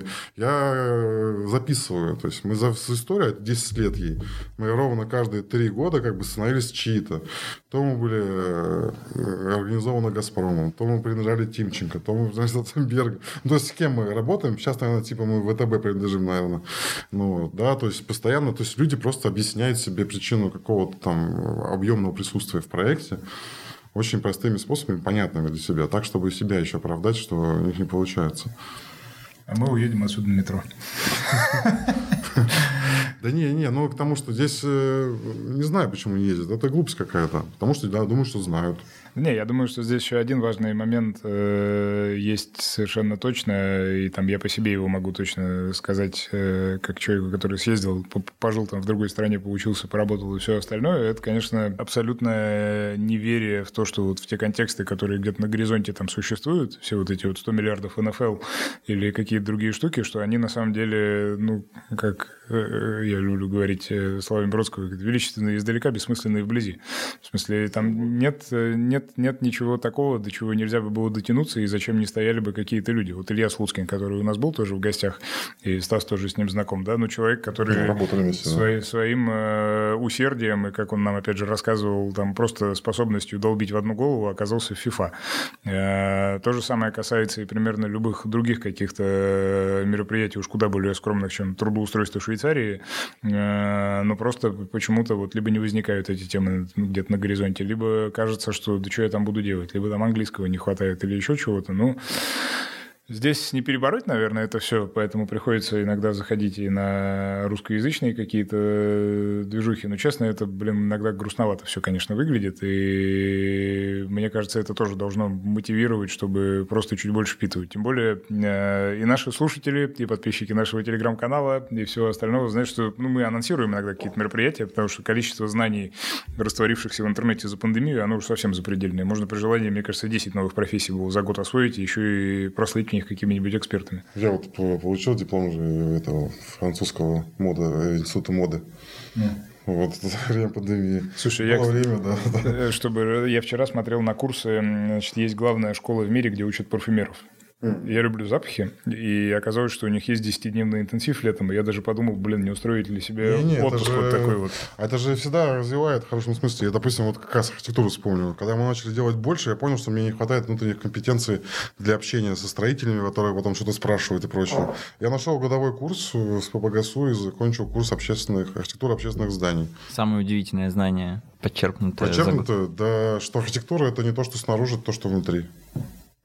Я записываю. То есть мы за историю, это десять лет ей. Мы ровно каждые три года как бы становились чьи-то. То мы были организованы «Газпромом», то мы принадлежали Тимченко, то мы принадлежали Берг. То есть с кем мы работаем? Сейчас, наверное, типа мы в ВТБ принадлежим, наверное. Ну, да, то есть постоянно, то есть люди просто объясняют себе причину какого-то там объемного присутствия в проекте очень простыми способами, понятными для себя, так, чтобы себя еще оправдать, что у них не получается. А мы уедем отсюда на метро. Да не, не, ну к тому, что здесь не знаю, почему не ездят. Это глупость какая-то. Потому что, да, думаю, что знают. Не, я думаю, что здесь еще один важный момент э, есть совершенно точно, и там я по себе его могу точно сказать, э, как человеку, который съездил, пожил там в другой стране, поучился, поработал и все остальное. Это, конечно, абсолютное неверие в то, что вот в те контексты, которые где-то на горизонте там существуют, все вот эти вот сто миллиардов эн эф эл или какие-то другие штуки, что они на самом деле, ну, как э, я люблю говорить словами Бродского, величественные издалека, бессмысленные вблизи. В смысле, там нет, нет Нет ничего такого, до чего нельзя бы было дотянуться, и зачем не стояли бы какие-то люди. Вот Илья Слуцкин, который у нас был тоже в гостях, и Стас тоже с ним знаком, да, ну, человек, который вместе, свои, да. своим э, усердием, и, как он нам, опять же, рассказывал, там, просто способностью долбить в одну голову оказался в FIFA. Э, то же самое касается и примерно любых других каких-то мероприятий, уж куда более скромных, чем трудоустройство в Швейцарии, э, но просто почему-то вот либо не возникают эти темы где-то на горизонте, либо кажется, что да что я там буду делать, либо там английского не хватает или еще чего-то, ну... Здесь не перебороть, наверное, это все, поэтому приходится иногда заходить и на русскоязычные какие-то движухи. Но, честно, это, блин, иногда грустновато все, конечно, выглядит. И мне кажется, это тоже должно мотивировать, чтобы просто чуть больше впитывать. Тем более и наши слушатели, и подписчики нашего телеграм-канала, и всего остального знают, что ну, мы анонсируем иногда какие-то мероприятия, потому что количество знаний, растворившихся в интернете за пандемию, оно уж совсем запредельное. Можно при желании, мне кажется, десять новых профессий было за год освоить, и еще и прослыть них какими-нибудь экспертами. Я вот получил диплом же этого французского мода, института моды. Mm. Вот, это время пандемии. Слушай, я, время, да, да. Чтобы я вчера смотрел на курсы, значит, есть главная школа в мире, где учат парфюмеров. Mm. Я люблю запахи, и оказалось, что у них есть десятидневный интенсив летом, и я даже подумал, блин, не устроить ли себе не, не, отпуск же, вот такой вот. Это же всегда развивает в хорошем смысле. Я, допустим, вот как раз архитектуру вспомнил. Когда мы начали делать больше, я понял, что мне не хватает внутренних компетенций для общения со строителями, которые потом что-то спрашивают и прочее. Я нашел годовой курс с ПБГСУ и закончил курс общественных, архитектуры общественных зданий. Самое удивительное знание, подчеркнутое. Подчеркнутое, да, что архитектура – это не то, что снаружи, это то, что внутри.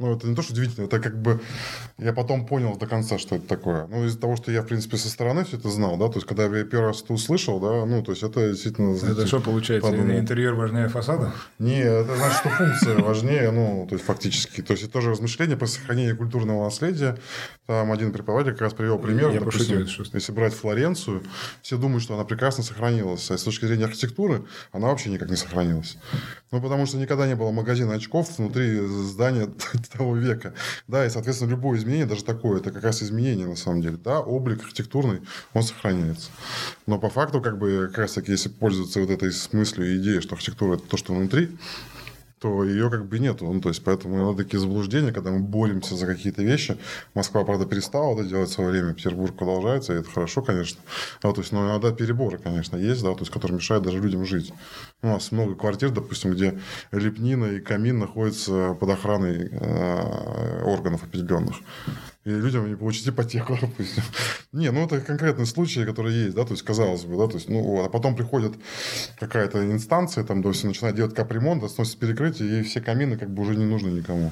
Ну, это не то, что удивительно, это как бы... Я потом понял до конца, что это такое. Ну, из-за того, что я, в принципе, со стороны все это знал, да, то есть, когда я первый раз это услышал, да, ну, то есть, это действительно... Знаете, это что получается, подумал. Интерьер важнее фасада? Не, это значит, что функция важнее, ну, то есть, фактически. То есть, это тоже размышление по сохранению культурного наследия. Там один преподаватель как раз привел пример. Я допустим, пошутил, если брать Флоренцию, все думают, что она прекрасно сохранилась, а с точки зрения архитектуры она вообще никак не сохранилась. Ну, потому что никогда не было магазина очков внутри здания того века. Да, и, соответственно, любое изменение, даже такое, это как раз изменение на самом деле. Да, облик архитектурный, он сохраняется. Но по факту, как бы, как раз таки, если пользоваться вот этой мыслью и идеей, что архитектура – это то, что внутри, то ее как бы нету. Ну, то есть, поэтому иногда такие заблуждения, когда мы боремся за какие-то вещи. Москва, правда, перестала это делать в свое время, Петербург продолжается, и это хорошо, конечно. Да, то есть, но иногда переборы, конечно, есть, да, то есть, которые мешают даже людям жить. У нас много квартир, допустим, где лепнина и камин находятся под охраной э, органов определенных. И людям не получить ипотеку, допустим. Не, ну, это конкретные случаи, которые есть, да, то есть, казалось бы, да, то есть, ну, а потом приходит какая-то инстанция, там, допустим, начинает делать капремонт, сносит перекрытие, и все камины как бы уже не нужны никому.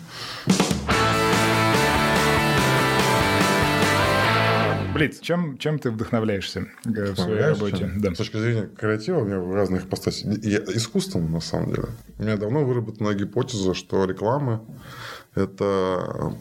Блиц, чем, чем ты вдохновляешься в своей работе? Да. С точки зрения креатива у меня в разных ипостасях. Искусством, на самом деле. У меня давно выработана гипотеза, что реклама – это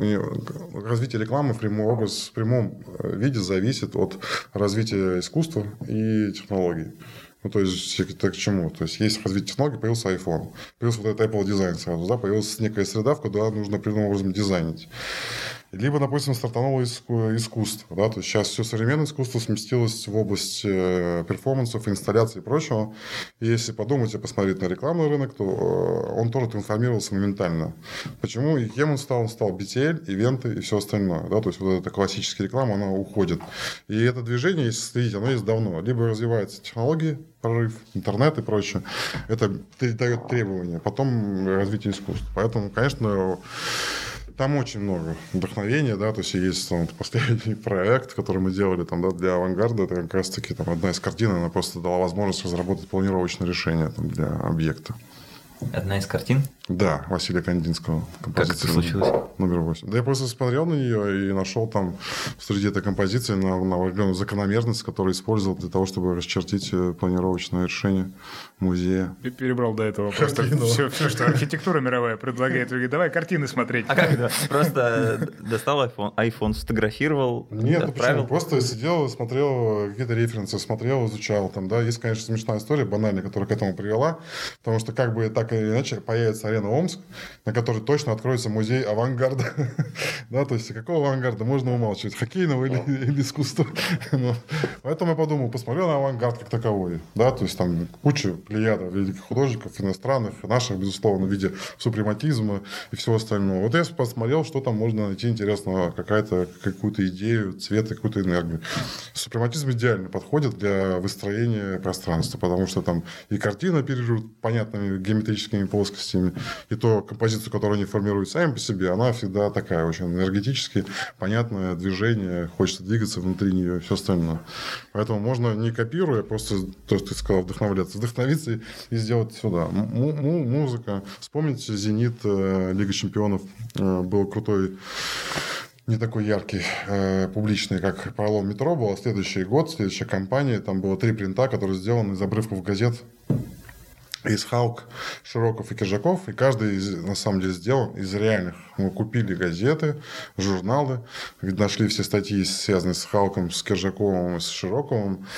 развитие рекламы в прямом, образ, в прямом виде зависит от развития искусства и технологий. Ну, то есть, это к чему? То есть, есть развитие технологий, появился iPhone. Появился вот этот Apple дизайн сразу, да, появилась некая среда, в куда нужно определенным образом дизайнить. Либо, допустим, стартануло искусство. Да? То есть, сейчас все современное искусство сместилось в область перформансов, инсталляций и прочего. И если подумать и посмотреть на рекламный рынок, то он тоже трансформировался моментально. Почему? И кем он стал? Он стал би ти эл, ивенты и все остальное. Да? То есть, вот эта классическая реклама, она уходит. И это движение, если следить, оно есть давно. Либо развиваются технологии, прорыв, интернет и прочее. Это дает требования. Потом развитие искусства. Поэтому, конечно... Там очень много вдохновения, да, то есть есть там, последний проект, который мы делали там, да, для авангарда, это как раз-таки там, одна из картин, она просто дала возможность разработать планировочное решение там, для объекта. Одна из картин? Да, Василия Кандинского. Как это случилось? Номер восемь. Да я просто смотрел на нее и нашел там среди этой композиции на, на определенную закономерность, которую использовал для того, чтобы расчертить планировочное решение музея. И перебрал до этого просто все, все, что архитектура мировая предлагает. Говорит, давай картины смотреть. А как это? Просто достал iPhone, iPhone сфотографировал, Нет, ну почему? Просто сидел, смотрел какие-то референсы, смотрел, изучал. Там, да. Есть, конечно, смешная история, банальная, которая к этому привела. Потому что как бы так или иначе появится арена Омск, на которой точно откроется музей авангарда. Да, то есть, какого авангарда можно умалчивать? Хоккейного или, или искусства? Поэтому я подумал, посмотрел на авангард как таковой. Да, то есть, там куча плеядов великих художников, иностранных, наших, безусловно, в виде супрематизма и всего остального. Вот я посмотрел, что там можно найти интересного, какая-то, какую-то идею, цвет, какую-то энергию. Супрематизм идеально подходит для выстроения пространства, потому что там и картина оперирует понятными геометрическими плоскостями, и то композицию, которую они формируют сами по себе, она всегда такая очень энергетически понятное движение, хочется двигаться внутри нее и все остальное. Поэтому можно, не копируя, просто то, что ты сказал, вдохновляться, вдохновиться и, и сделать сюда. М- музыка. Вспомните «Зенит», э, Лига чемпионов, э, был крутой, не такой яркий, э, публичный, как пролом метро был, а следующий год, следующая кампания, там было три принта, которые сделаны из обрывков газет, из Халк, Широков и Киржаков, и каждый из, на самом деле сделан из реальных. Мы купили газеты, журналы, нашли все статьи, связанные с Халком, с Киржаковым, с Широковым,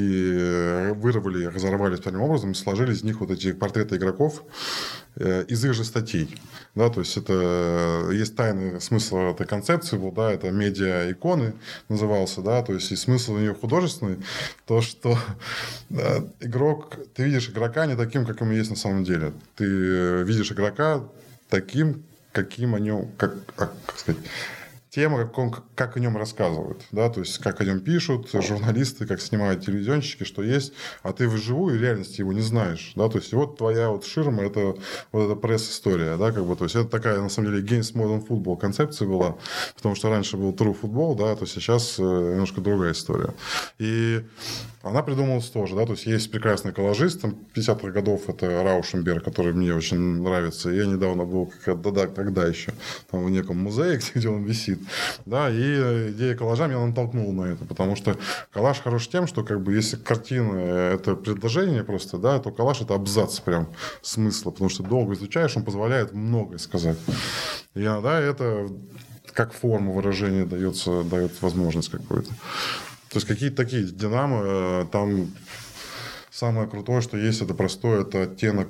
и вырвали, разорвали таким образом, и сложили из них вот эти портреты игроков э, из их же статей. Да, то есть, это есть тайный смысл этой концепции был, да, это медиа-иконы назывался, да, то есть, и смысл у нее художественный, то, что да, игрок, ты видишь игрока не таким, каким он есть на самом деле. Ты видишь игрока таким, каким о нем, как, как сказать, тем, как, он, как о нем рассказывают, да, то есть, как о нем пишут журналисты, как снимают телевизионщики, что есть, а ты вживую реальности его не знаешь, да, то есть, и вот твоя вот ширма, это вот эта пресс-история, да, как бы, то есть, это такая, на самом деле, Games Modern Football концепция была, потому что раньше был True Football, да, то есть, сейчас немножко другая история. И она придумалась тоже, да, то есть есть прекрасный коллажист, там, пятидесятых годов, это Раушенберг, который мне очень нравится. Я недавно был, как, да, да, когда еще, там в неком музее, где он висит, да, и идея коллажа меня натолкнула на это, потому что коллаж хорош тем, что, как бы, если картина – это предложение просто, да, то коллаж – это абзац прям смысла, потому что долго изучаешь, он позволяет многое сказать. И иногда это как форма выражения дается, дает возможность какую-то. То есть какие-то такие динамы, там самое крутое, что есть, это простой, это оттенок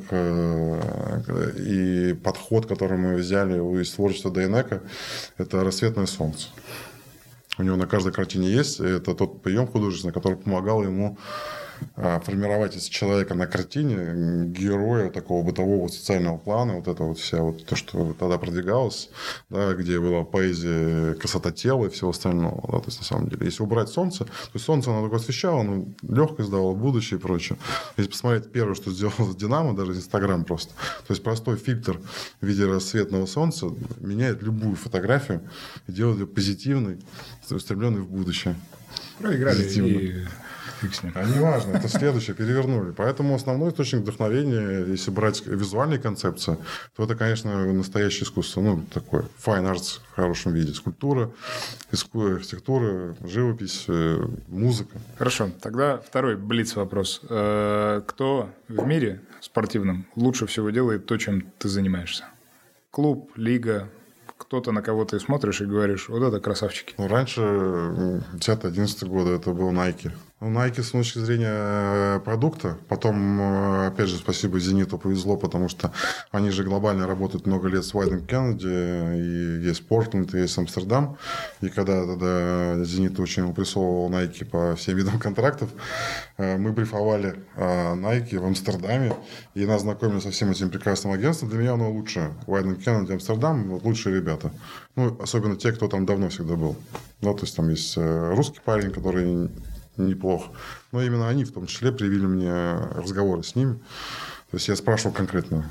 и подход, который мы взяли из творчества Дейнека, это рассветное солнце. У него на каждой картине есть, это тот прием художественный, который помогал ему формировать из человека на картине героя такого бытового социального плана, вот это вот вся вот то, что тогда продвигалось, да, где была поэзия, красота тела и всего остального, да, то есть на самом деле, если убрать солнце, то есть солнце оно такое освещало, оно легкость давало, будущее и прочее. Если посмотреть первое, что сделал Динамо, даже Инстаграм просто, то есть простой фильтр в виде рассветного солнца меняет любую фотографию и делает ее позитивной, устремленной в будущее. Проиграли и... А не важно, это следующее, перевернули. Поэтому основной источник вдохновения, если брать визуальные концепции, то это, конечно, настоящее искусство. Ну, такое fine arts в хорошем виде. Скульптура, архитектура, живопись, музыка. Хорошо. Тогда второй блиц-вопрос. Кто в мире спортивном лучше всего делает то, чем ты занимаешься? Клуб, лига, кто-то, на кого ты смотришь и говоришь, вот это красавчики. Ну, раньше, десятый-одиннадцатый годы, это был Nike. Ну, Nike с точки зрения продукта. Потом, опять же, спасибо Зениту повезло, потому что они же глобально работают много лет с Wieden Kennedy. И есть Портленд, и есть Амстердам. И когда тогда Зенит очень упрессовывал Nike по всем видам контрактов, мы брифовали Nike в Амстердаме. И нас знакомили со всем этим прекрасным агентством. Для меня оно лучше. Wieden Kennedy, Амстердам, лучшие ребята. Ну, особенно те, кто там давно всегда был. Ну, то есть там есть русский парень, который... неплохо. Но именно они в том числе привели мне разговоры с ними. То есть я спрашивал конкретно,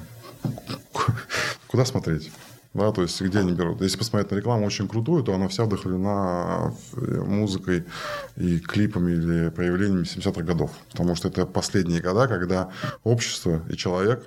куда смотреть, да, то есть где они берут. Если посмотреть на рекламу очень крутую, то она вся вдохновлена музыкой и клипами или проявлениями семидесятых годов. Потому что это последние года, когда общество и человек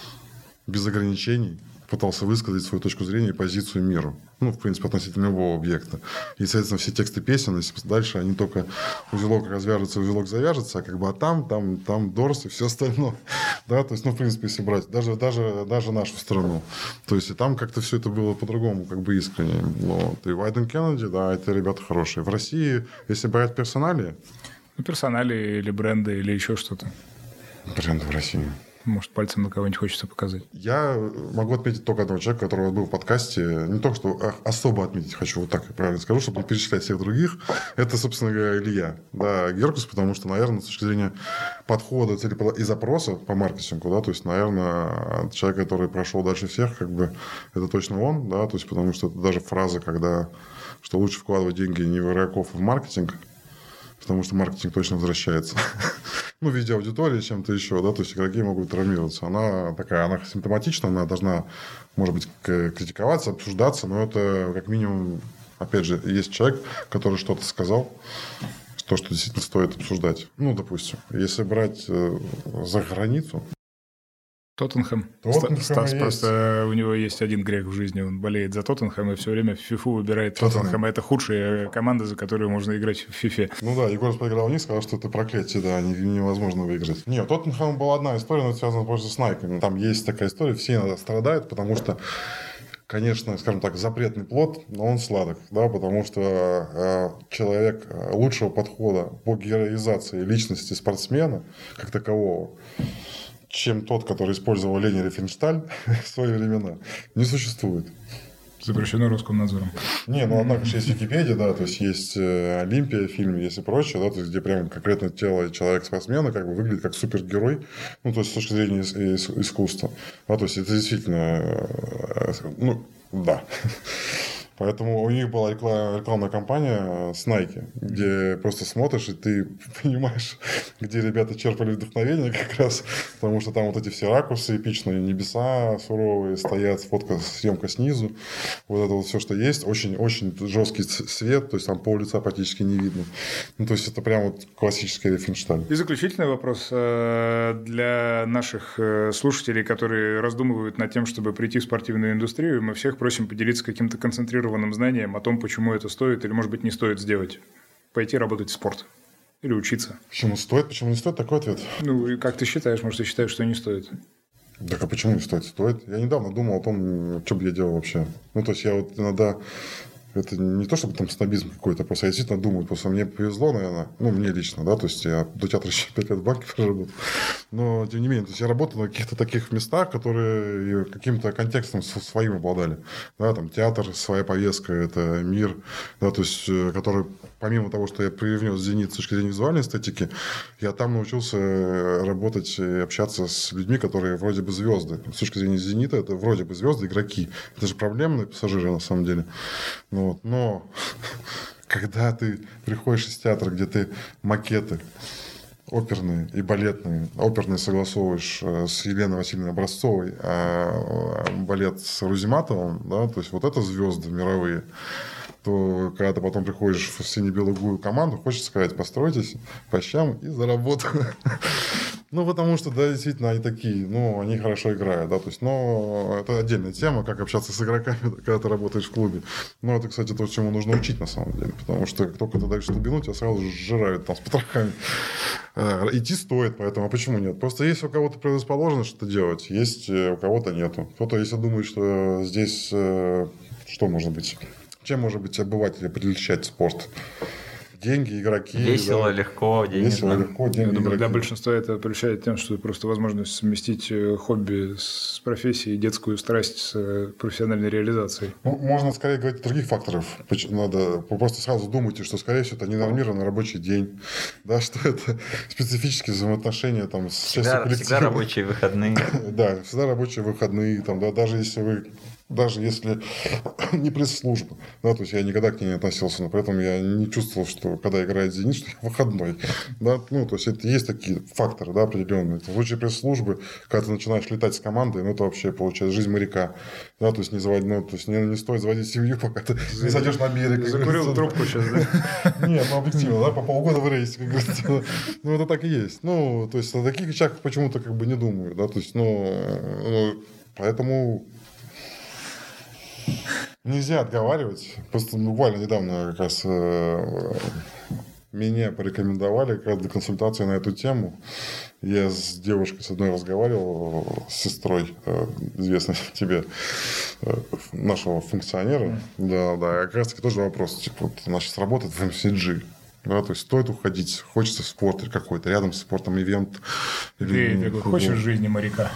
без ограничений пытался высказать свою точку зрения и позицию миру. Ну, в принципе, относительно любого объекта. И, соответственно, все тексты песен, если дальше они только узелок развяжется, узелок завяжется, а как бы а там, там, там Дорс и все остальное. Да, то есть, ну, в принципе, если брать, даже, даже, даже нашу страну. То есть, и там как-то все это было по-другому, как бы искренне. Вот. И Wieden Kennedy, да, это ребята хорошие. В России, если брать персонали... Ну, персонали или бренды, или еще что-то. Бренды в России... Может, пальцем на кого-нибудь хочется показать. Я могу отметить только одного человека, который был в подкасте. Не то, что особо отметить хочу, вот так я правильно скажу, чтобы не перечислять всех других. Это, собственно говоря, Илья. Да, Геркус, потому что, наверное, с точки зрения подхода и запроса по маркетингу, да, то есть, наверное, человек, который прошел дальше всех, как бы, это точно он, да, то есть, потому что это даже фраза, когда, что лучше вкладывать деньги не в игроков, а в маркетинг, потому что маркетинг точно возвращается. Ну, в виде аудитории, чем-то еще, да, то есть игроки могут травмироваться. Она такая, она симптоматична, она должна, может быть, критиковаться, обсуждаться, но это как минимум, опять же, есть человек, который что-то сказал, то, что действительно стоит обсуждать. Ну, допустим, если брать за границу... Тоттенхэм. Тоттенхэм Стас есть. Просто у него есть один грех в жизни. Он болеет за Тоттенхэм и все время в фифу выбирает Тоттенхэм. Это худшая команда, за которую можно играть в фифе. Ну да, Егор поиграл в них, сказал, что это проклятие, да, невозможно выиграть. Нет, Тоттенхэм была одна история, но это связано просто с Nike. Там есть такая история, все иногда страдают, потому что, конечно, скажем так, запретный плод, но он сладок, да, потому что э, человек лучшего подхода по героизации личности спортсмена, как такового, чем тот, который использовал Лени Рифеншталь в свои времена, не существует. Запрещено Роскомнадзором. Не, ну, однако же есть Википедия, да, то есть есть Олимпия, фильм, есть и прочее, да, то есть где прям конкретно тело человека-спортсмена как бы выглядит как супергерой, ну, то есть с точки зрения искусства. Да, то есть это действительно, ну, да. Поэтому у них была рекламная кампания с Nike, где просто смотришь, и ты понимаешь, где ребята черпали вдохновение как раз, потому что там вот эти все ракурсы эпичные, небеса суровые стоят, фотка, съемка снизу, вот это вот все, что есть, очень-очень жесткий свет, то есть там пол лица практически не видно. Ну, то есть это прям вот классический Рифеншталь. И заключительный вопрос для наших слушателей, которые раздумывают над тем, чтобы прийти в спортивную индустрию. Мы всех просим поделиться каким-то концентрированным знанием о том, почему это стоит или, может быть, не стоит сделать. Пойти работать в спорт. Или учиться. Почему стоит, почему не стоит? Такой ответ. Ну, и как ты считаешь? Может, ты считаешь, что не стоит? Так а почему не стоит? Стоит. Я недавно думал о том, что бы я делал вообще. Ну, то есть, я вот иногда... Это не то, чтобы там снобизм какой-то, просто я действительно думаю, просто мне повезло, наверное, ну, мне лично, да, то есть я до театра еще пять лет в банке проработал, но, тем не менее, то есть я работал на каких-то таких местах, которые каким-то контекстом своим обладали, да, там театр, своя повестка, это мир, да, то есть, который, помимо того, что я привнес «Зенит» с точки зрения визуальной эстетики, я там научился работать и общаться с людьми, которые вроде бы звезды. С точки зрения «Зенита» это вроде бы звезды, игроки. Это же проблемные пассажиры, на самом деле. Ну, вот. Но когда ты приходишь из театра, где ты макеты оперные и балетные, оперные согласовываешь с Еленой Васильевной Образцовой, а балет с Рузиматовым, да, то есть вот это звезды мировые, то когда ты потом приходишь в сине-белую команду, хочется сказать, постройтесь по щам и за работу. Ну, потому что, да, действительно, они такие, ну, они хорошо играют, да, то есть, но это отдельная тема, как общаться с игроками, когда ты работаешь в клубе. Но это, кстати, то, чему нужно учить, на самом деле, потому что как только ты даешь глубину, тебя сразу же сжирают там с потрохами. Идти стоит, поэтому, а почему нет? Просто есть у кого-то предрасположенность что-то делать, есть у кого-то нету. Кто-то, если думает, что здесь, что может быть? Чем может быть обывателя прельщать спорт? Деньги, игроки. Весело, да. легко, деньги. Весело, легко, деньги, Я думаю, игроки. для большинства это прельщает тем, что просто возможность совместить хобби с профессией, детскую страсть с профессиональной реализацией. Ну, можно скорее говорить о других факторах. Надо просто сразу думайте, что, скорее всего, это ненормированный рабочий день, да, что это специфические взаимоотношения там, с частью коллектива. Всегда рабочие выходные. Да, всегда рабочие выходные. Там, да, даже если вы Даже если не пресс-служба. Да, то есть я никогда к ней не относился, но при этом я не чувствовал, что когда играет «Зенит», что я выходной. Да, ну, то есть это есть такие факторы, да, определенные. В случае пресс-службы, когда ты начинаешь летать с командой, ну, это вообще получается жизнь моряка. Да, то есть не заводить, ну, то есть не, не стоит заводить семью, пока ты не сойдешь на берег. Закурил трубку сейчас, да? Нет, ну, объективно, да, по полгода в рейсе, как говорится. Ну, это так и есть. Ну, то есть о таких вещах почему-то как бы не думаю, да, то есть, ну, поэтому... Нельзя отговаривать. Просто буквально недавно как раз э, меня порекомендовали как раз для консультации на эту тему. Я с девушкой с одной разговаривал, с сестрой, э, известной тебе, э, нашего функционера. Да, да, как раз таки тоже вопрос. Типа, вот она сейчас работает в эм си джи. Да, то есть стоит уходить, хочется в спорт или какой-то, рядом с спортом ивент. Или... Ты такой, хочешь жизни моряка?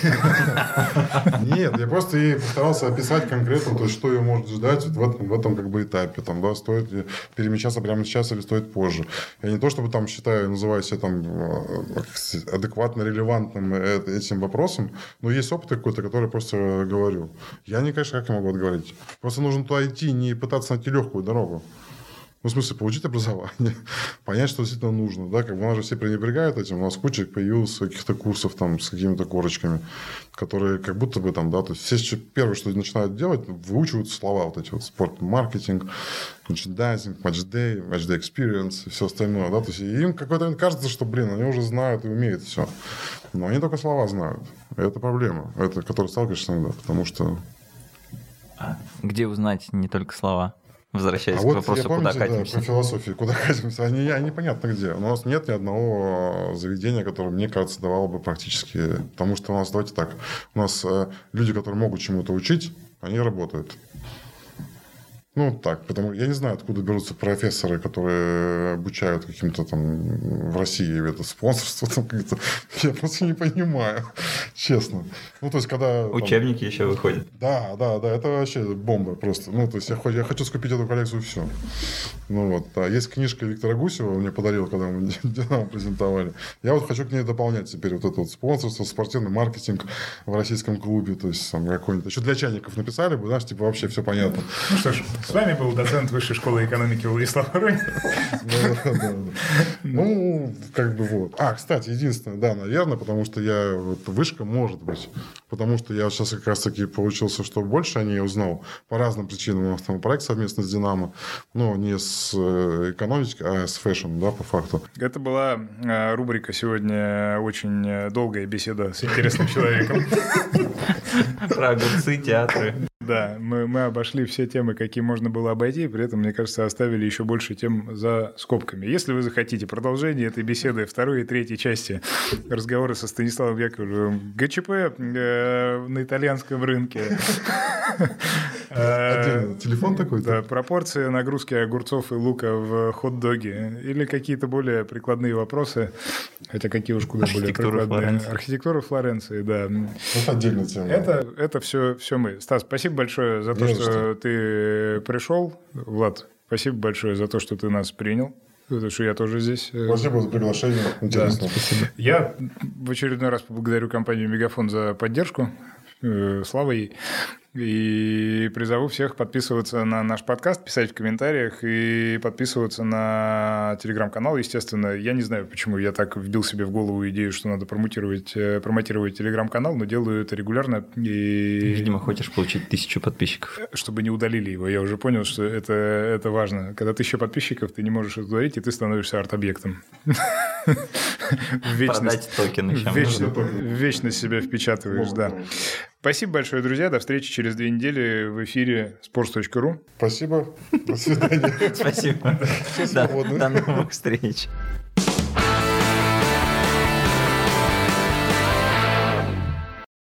Нет, я просто ей постарался описать конкретно, то есть, что ее может ждать в этом, в этом как бы этапе. Там, да, стоит ли перемещаться прямо сейчас или стоит позже. Я не то, чтобы там считаю, называю себя там адекватно релевантным этим вопросом, но есть опыт какой-то, который просто говорю. Я не, конечно, как я могу отговорить. Просто нужно туда идти, не пытаться найти легкую дорогу. Ну, в смысле, получить образование, понять, что действительно нужно. Да? Как бы у нас же все пренебрегают этим. У нас куча появилось каких-то курсов там, с какими-то корочками, которые как будто бы там, да, то есть все первое, что начинают делать, выучивают слова вот эти вот спорт-маркетинг, мерчендайзинг, матчдей, матчдей экспириенс и все остальное. Да? То есть им какой-то момент кажется, что, блин, они уже знают и умеют все. Но они только слова знают. И это проблема, это, которой сталкиваешься иногда, потому что... Где узнать не только слова? Возвращаясь а к вот вопросу, я, помните, куда катимся. Да, про философию, куда катимся, они, они непонятно где. У нас нет ни одного заведения, которое, мне кажется, давало бы практически... Потому что у нас, давайте так, у нас э, люди, которые могут чему-то учить, они работают. Ну, так, потому я не знаю, откуда берутся профессоры, которые обучают каким-то там в России это спонсорство. Там, как-то. Я просто не понимаю, честно. Ну, то есть, когда... Учебники там, еще выходят. Да, да, да, это вообще бомба просто. Ну, то есть, я, я хочу скупить эту коллекцию, все. Ну, вот, да. Есть книжка Виктора Гусева, он мне подарил, когда мы Динамо презентовали. Я вот хочу к ней дополнять теперь вот это вот спонсорство, спортивный маркетинг в российском клубе, то есть, там, какой-нибудь... Еще для чайников написали бы, знаешь, типа, вообще все понятно. Ну, что ж, с вами был доцент Высшей школы экономики Владислав Воронин. Ну, как бы вот. А, кстати, единственное, да, наверное, потому что я... Вышка может быть. Потому что я сейчас как раз-таки получился, что больше о ней узнал. По разным причинам. У нас там проект совместно с «Динамо». Но не с экономикой, а с фэшн, да, по факту. Это была рубрика сегодня очень долгая беседа с интересным человеком. Про огурцы, театры. Да, мы, мы обошли все темы, какие можно было обойти, и при этом, мне кажется, оставили еще больше тем за скобками. Если вы захотите продолжение этой беседы, второй и третьей части разговора со Станиславом Яковлевым, ГЧП э, на итальянском рынке. Телефон такой? Да, пропорции нагрузки огурцов и лука в хот-доге. Или какие-то более прикладные вопросы, хотя какие уж куда более прикладные. Архитектура Флоренции, да. Это отдельная тема. Это, это все, все мы. Стас, спасибо большое за то, что, что ты пришел. Влад, спасибо большое за то, что ты нас принял. Потому что я тоже здесь. Спасибо за приглашение. Интересно. Да. Спасибо. Я в очередной раз поблагодарю компанию «Мегафон» за поддержку. Слава ей. И призову всех подписываться на наш подкаст, писать в комментариях и подписываться на телеграм-канал, естественно. Я не знаю, почему я так вбил себе в голову идею, что надо промотировать, промотировать телеграм-канал, но делаю это регулярно. И... Видимо, хочешь получить тысячу подписчиков. Чтобы не удалили его. Я уже понял, что это, это важно. Когда тысяча подписчиков, ты не можешь это удалить, и ты становишься арт-объектом. Продать токен еще. В вечность себя впечатываешь, да. Спасибо большое, друзья. До встречи через две недели в эфире sports точка ру. Спасибо. До свидания. Спасибо. До новых встреч.